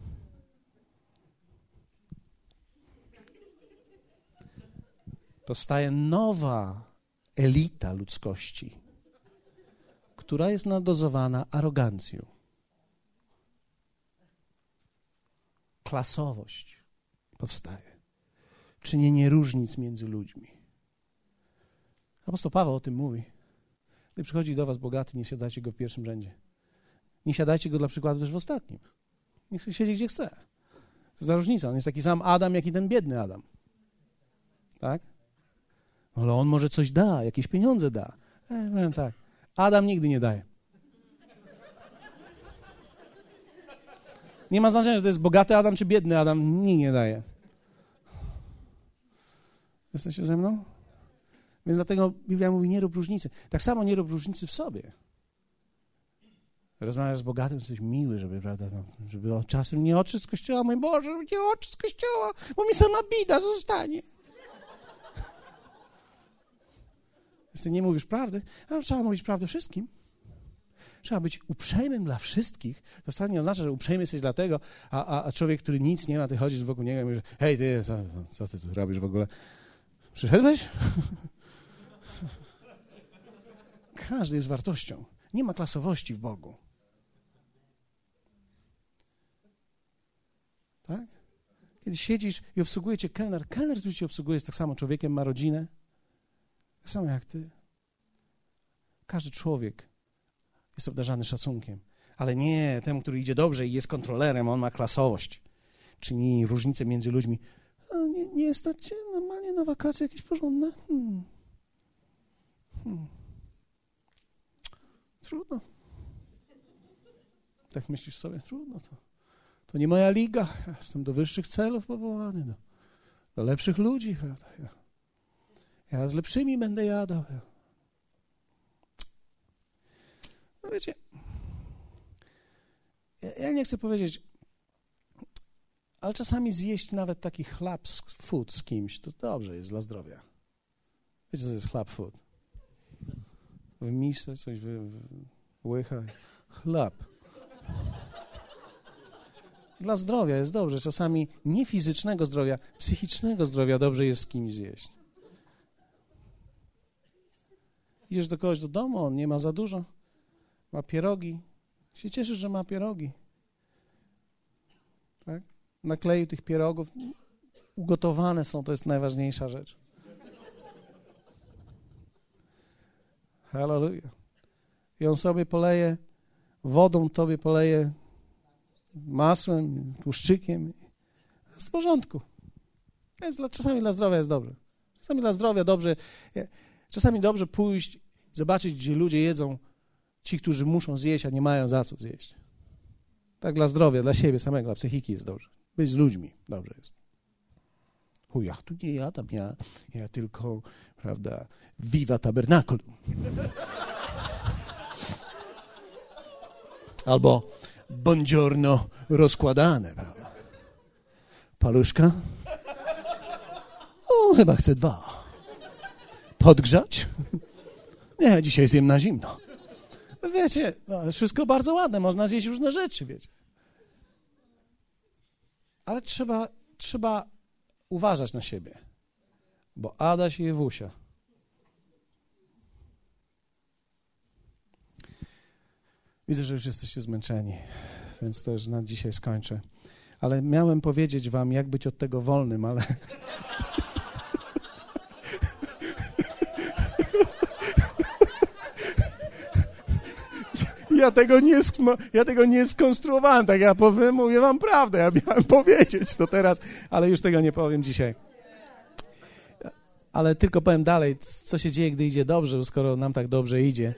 Powstaje nowa elita ludzkości, która jest nadozowana arogancją. Klasowość powstaje. Czynienie różnic między ludźmi. Apostoł Paweł o tym mówi. Gdy przychodzi do was bogaty, nie siadajcie go w pierwszym rzędzie. Nie siadajcie go dla przykładu też w ostatnim. Niech sobie siedzi gdzie chce. To za różnica. On jest taki sam Adam, jak i ten biedny Adam. Tak? Ale on może coś da, jakieś pieniądze da. Powiem tak. Adam nigdy nie daje. Nie ma znaczenia, że to jest bogaty Adam czy biedny Adam. Nikt nie daje. Jesteście ze mną? Więc dlatego Biblia mówi, nie rób różnicy. Tak samo nie rób różnicy w sobie. Rozmawiasz z bogatym, jesteś miły, żeby, prawda, żeby czasem nie odszedł z kościoła. Mój Boże, nie odszedł z kościoła, bo mi sama bida zostanie. Jeśli nie mówisz prawdy, ale trzeba mówić prawdę wszystkim. Trzeba być uprzejmym dla wszystkich. To wcale nie oznacza, że uprzejmy jesteś dla tego, a człowiek, który nic nie ma, ty chodzisz wokół niego i mówisz, hej ty, co ty tu robisz w ogóle? Przyszedłeś? Każdy jest wartością. Nie ma klasowości w Bogu. Tak? Kiedy siedzisz i obsługuje cię kelner, który cię obsługuje, jest tak samo człowiekiem, ma rodzinę, tak samo jak ty. Każdy człowiek jest obdarzany szacunkiem, ale nie temu, który idzie dobrze i jest kontrolerem, on ma klasowość. Czyni różnicę między ludźmi. Nie jest to cię normalnie na wakacje jakieś porządne? Trudno. Tak myślisz sobie, trudno to nie moja liga. Ja jestem do wyższych celów powołany, do lepszych ludzi, prawda? Ja z lepszymi będę jadał. No wiecie, ja nie chcę powiedzieć, ale czasami zjeść nawet taki chleb food z kimś, to dobrze jest dla zdrowia. Wiecie, co to jest chleb food? W misce coś łycha. Chleb. Dla zdrowia jest dobrze. Czasami nie fizycznego zdrowia, psychicznego zdrowia dobrze jest z kimś zjeść. Idziesz do kogoś do domu, on nie ma za dużo, ma pierogi. Się cieszysz, że ma pierogi. Tak? Nakleił tych pierogów. Ugotowane są, to jest najważniejsza rzecz. Hallelujah. I on sobie poleje wodą, tobie poleje masłem, tłuszczykiem. Jest w porządku. Czasami dla zdrowia jest dobrze. Czasami dla zdrowia dobrze. Czasami dobrze pójść, zobaczyć, gdzie ludzie jedzą, ci, którzy muszą zjeść, a nie mają za co zjeść. Tak dla zdrowia, dla siebie samego, dla psychiki jest dobrze. Być z ludźmi dobrze jest. Ja tu nie jadam, ja tylko, prawda, viva tabernaculum. Albo buongiorno rozkładane, prawda. Paluszka? O, chyba chcę 2. Podgrzać? Nie, dzisiaj zjem na zimno. Wiecie, no, jest wszystko bardzo ładne, można zjeść różne rzeczy, wiecie. Ale trzeba uważać na siebie, bo Adaś i Ewusia. Widzę, że już jesteście zmęczeni, więc to już na dzisiaj skończę. Ale miałem powiedzieć wam, jak być od tego wolnym, ale... Ja tego nie skonstruowałem, tak ja mówię wam prawdę, ja miałem powiedzieć to teraz, ale już tego nie powiem dzisiaj. Ale tylko powiem dalej, co się dzieje, gdy idzie dobrze, bo skoro nam tak dobrze idzie.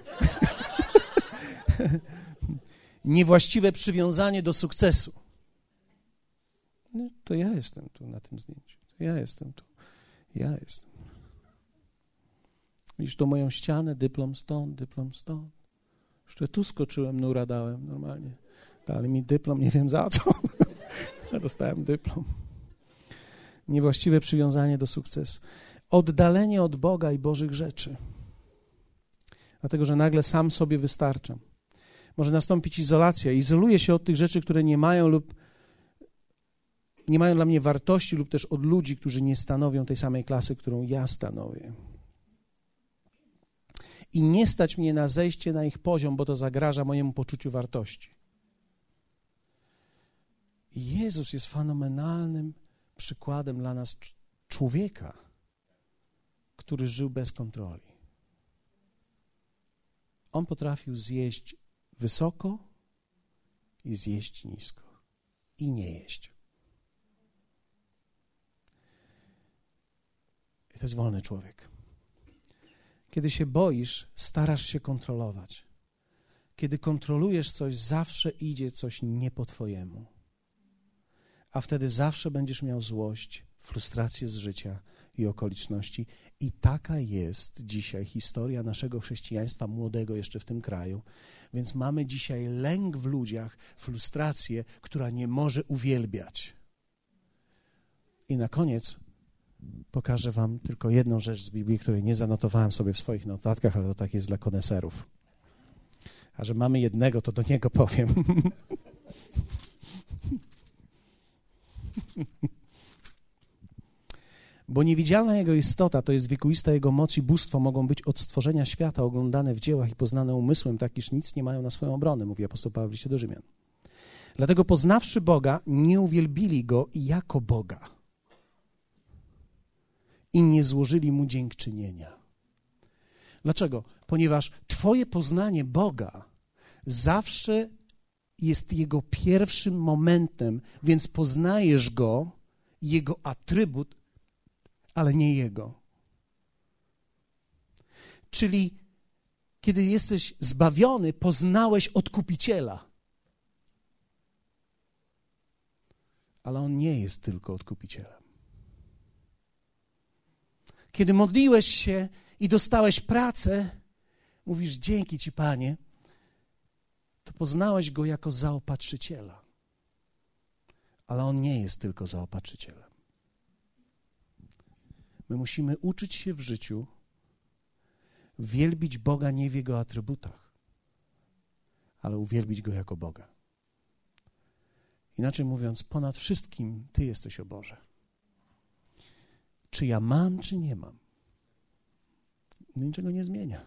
Niewłaściwe przywiązanie do sukcesu. No, to ja jestem tu na tym zdjęciu. Ja jestem tu. Ja jestem. Widzisz tu moją ścianę, dyplom stąd. Jeszcze tu skoczyłem, nura dałem normalnie. Dali mi dyplom, nie wiem za co. Ja dostałem dyplom. Niewłaściwe przywiązanie do sukcesu. Oddalenie od Boga i Bożych rzeczy. Dlatego, że nagle sam sobie wystarczam. Może nastąpić izolacja. Izoluję się od tych rzeczy, które nie mają dla mnie wartości, lub też od ludzi, którzy nie stanowią tej samej klasy, którą ja stanowię. I nie stać mnie na zejście na ich poziom, bo to zagraża mojemu poczuciu wartości. I Jezus jest fenomenalnym przykładem dla nas człowieka, który żył bez kontroli. On potrafił zjeść wysoko i zjeść nisko. I nie jeść. I to jest wolny człowiek. Kiedy się boisz, starasz się kontrolować. Kiedy kontrolujesz coś, zawsze idzie coś nie po twojemu. A wtedy zawsze będziesz miał złość, frustrację z życia i okoliczności. I taka jest dzisiaj historia naszego chrześcijaństwa młodego jeszcze w tym kraju. Więc mamy dzisiaj lęk w ludziach, frustrację, która nie może uwielbiać. I na koniec pokażę wam tylko jedną rzecz z Biblii, której nie zanotowałem sobie w swoich notatkach, ale to tak jest dla koneserów. A że mamy jednego, to do niego powiem. Bo niewidzialna Jego istota, to jest wiekuista Jego moc i bóstwo, mogą być od stworzenia świata oglądane w dziełach i poznane umysłem, tak iż nic nie mają na swoją obronę, mówi apostoł Paweł w liście do Rzymian. Dlatego poznawszy Boga, nie uwielbili Go jako Boga i nie złożyli Mu dziękczynienia. Dlaczego? Ponieważ twoje poznanie Boga zawsze jest Jego pierwszym momentem, więc poznajesz Go, Jego atrybut, ale nie Jego. Czyli kiedy jesteś zbawiony, poznałeś Odkupiciela. Ale On nie jest tylko Odkupicielem. Kiedy modliłeś się i dostałeś pracę, mówisz: dzięki Ci, Panie, to poznałeś Go jako zaopatrzyciela. Ale On nie jest tylko zaopatrzycielem. My musimy uczyć się w życiu wielbić Boga nie w Jego atrybutach, ale uwielbić Go jako Boga. Inaczej mówiąc, ponad wszystkim Ty jesteś, o Boże. Czy ja mam, czy nie mam? Niczego nie zmienia.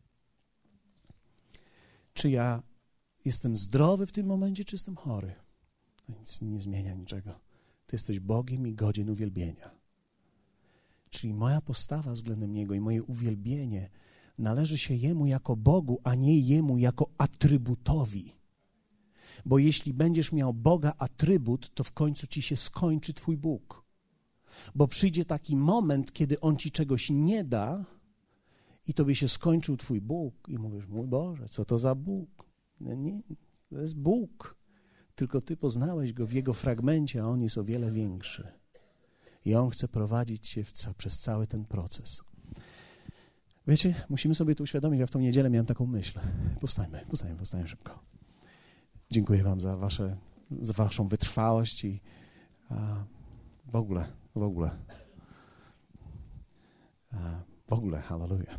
Czy ja jestem zdrowy w tym momencie, czy jestem chory? To nic nie zmienia niczego. Ty jesteś Bogiem i godzien uwielbienia. Czyli moja postawa względem Niego i moje uwielbienie należy się Jemu jako Bogu, a nie Jemu jako atrybutowi. Bo jeśli będziesz miał Boga atrybut, to w końcu ci się skończy Twój Bóg. Bo przyjdzie taki moment, kiedy On ci czegoś nie da i tobie się skończył Twój Bóg i mówisz: mój Boże, co to za Bóg? No nie, to jest Bóg. Tylko ty poznałeś Go w Jego fragmencie, a On jest o wiele większy. I On chce prowadzić cię przez cały ten proces. Wiecie, musimy sobie to uświadomić. Ja w tą niedzielę miałem taką myśl. Powstańmy szybko. Dziękuję wam za waszą wytrwałość i w ogóle, halleluja.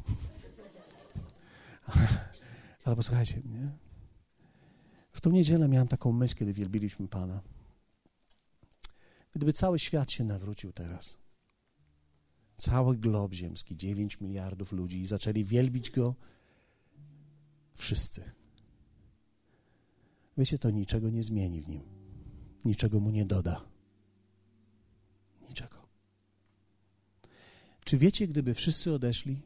Ale posłuchajcie, nie? W tą niedzielę miałem taką myśl, kiedy wielbiliśmy Pana. Gdyby cały świat się nawrócił teraz, cały glob ziemski, 9 miliardów ludzi, i zaczęli wielbić Go wszyscy. Wiecie, to niczego nie zmieni w Nim. Niczego Mu nie doda. Niczego. Czy wiecie, gdyby wszyscy odeszli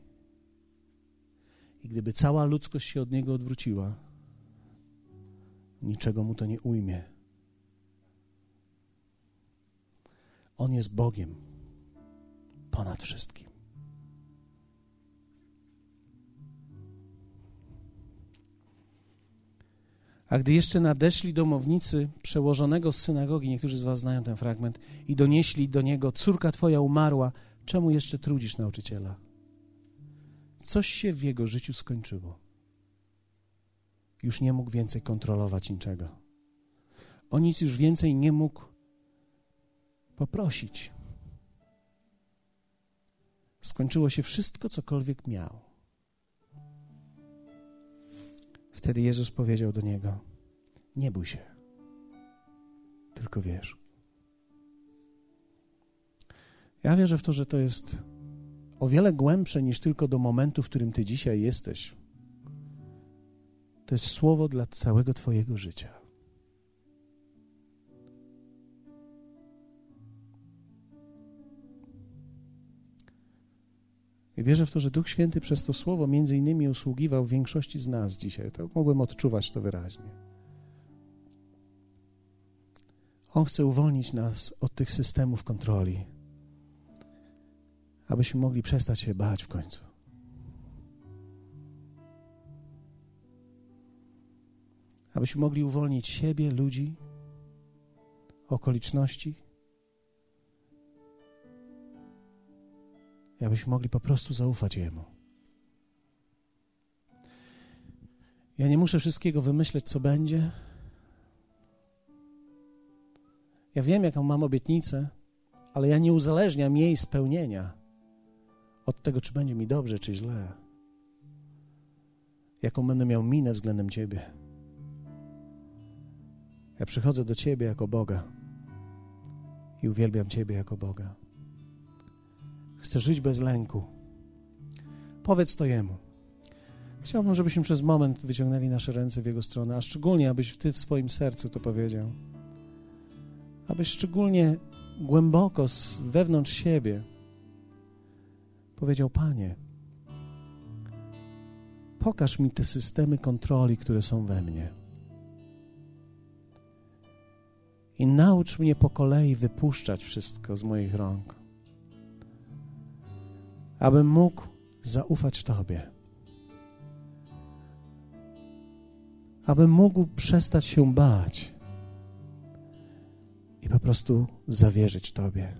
i gdyby cała ludzkość się od Niego odwróciła, niczego Mu to nie ujmie. On jest Bogiem ponad wszystkim. A gdy jeszcze nadeszli domownicy przełożonego z synagogi, niektórzy z was znają ten fragment, i donieśli do niego: córka twoja umarła, czemu jeszcze trudzisz nauczyciela? Coś się w jego życiu skończyło. Już nie mógł więcej kontrolować niczego. O nic już więcej nie mógł poprosić. Skończyło się wszystko, cokolwiek miał. Wtedy Jezus powiedział do niego: nie bój się, tylko wierz. Ja wierzę w to, że to jest o wiele głębsze niż tylko do momentu, w którym ty dzisiaj jesteś. To jest słowo dla całego twojego życia. I wierzę w to, że Duch Święty przez to słowo między innymi usługiwał większości z nas dzisiaj. To mogłem odczuwać to wyraźnie. On chce uwolnić nas od tych systemów kontroli, abyśmy mogli przestać się bać w końcu. Abyśmy mogli uwolnić siebie, ludzi, okoliczności. I abyśmy mogli po prostu zaufać Jemu. Ja nie muszę wszystkiego wymyśleć, co będzie. Ja wiem, jaką mam obietnicę, ale ja nie uzależniam jej spełnienia od tego, czy będzie mi dobrze, czy źle. Jaką będę miał minę względem Ciebie. Ja przychodzę do Ciebie jako Boga i uwielbiam Ciebie jako Boga. Chcę żyć bez lęku. Powiedz to Jemu. Chciałbym, żebyśmy przez moment wyciągnęli nasze ręce w Jego stronę, a szczególnie, abyś Ty w swoim sercu to powiedział. Abyś szczególnie głęboko wewnątrz siebie powiedział: Panie, pokaż mi te systemy kontroli, które są we mnie. I naucz mnie po kolei wypuszczać wszystko z moich rąk, abym mógł zaufać Tobie, abym mógł przestać się bać i po prostu zawierzyć Tobie.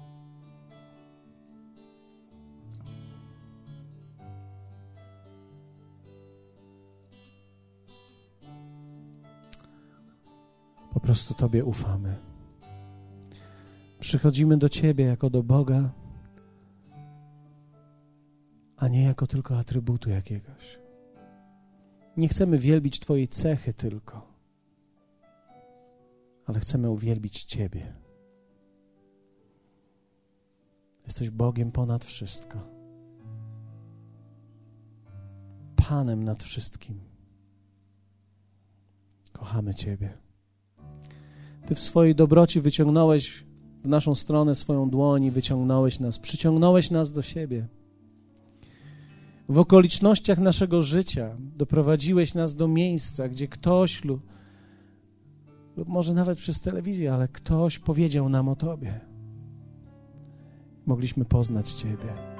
Po prostu Tobie ufamy. Przychodzimy do Ciebie jako do Boga, a nie jako tylko atrybutu jakiegoś. Nie chcemy wielbić Twojej cechy tylko, ale chcemy uwielbić Ciebie. Jesteś Bogiem ponad wszystko. Panem nad wszystkim. Kochamy Ciebie. Ty w swojej dobroci wyciągnąłeś w naszą stronę swoją dłoń i wyciągnąłeś nas, przyciągnąłeś nas do siebie. W okolicznościach naszego życia doprowadziłeś nas do miejsca, gdzie ktoś lub może nawet przez telewizję, ale ktoś powiedział nam o Tobie. Mogliśmy poznać Ciebie.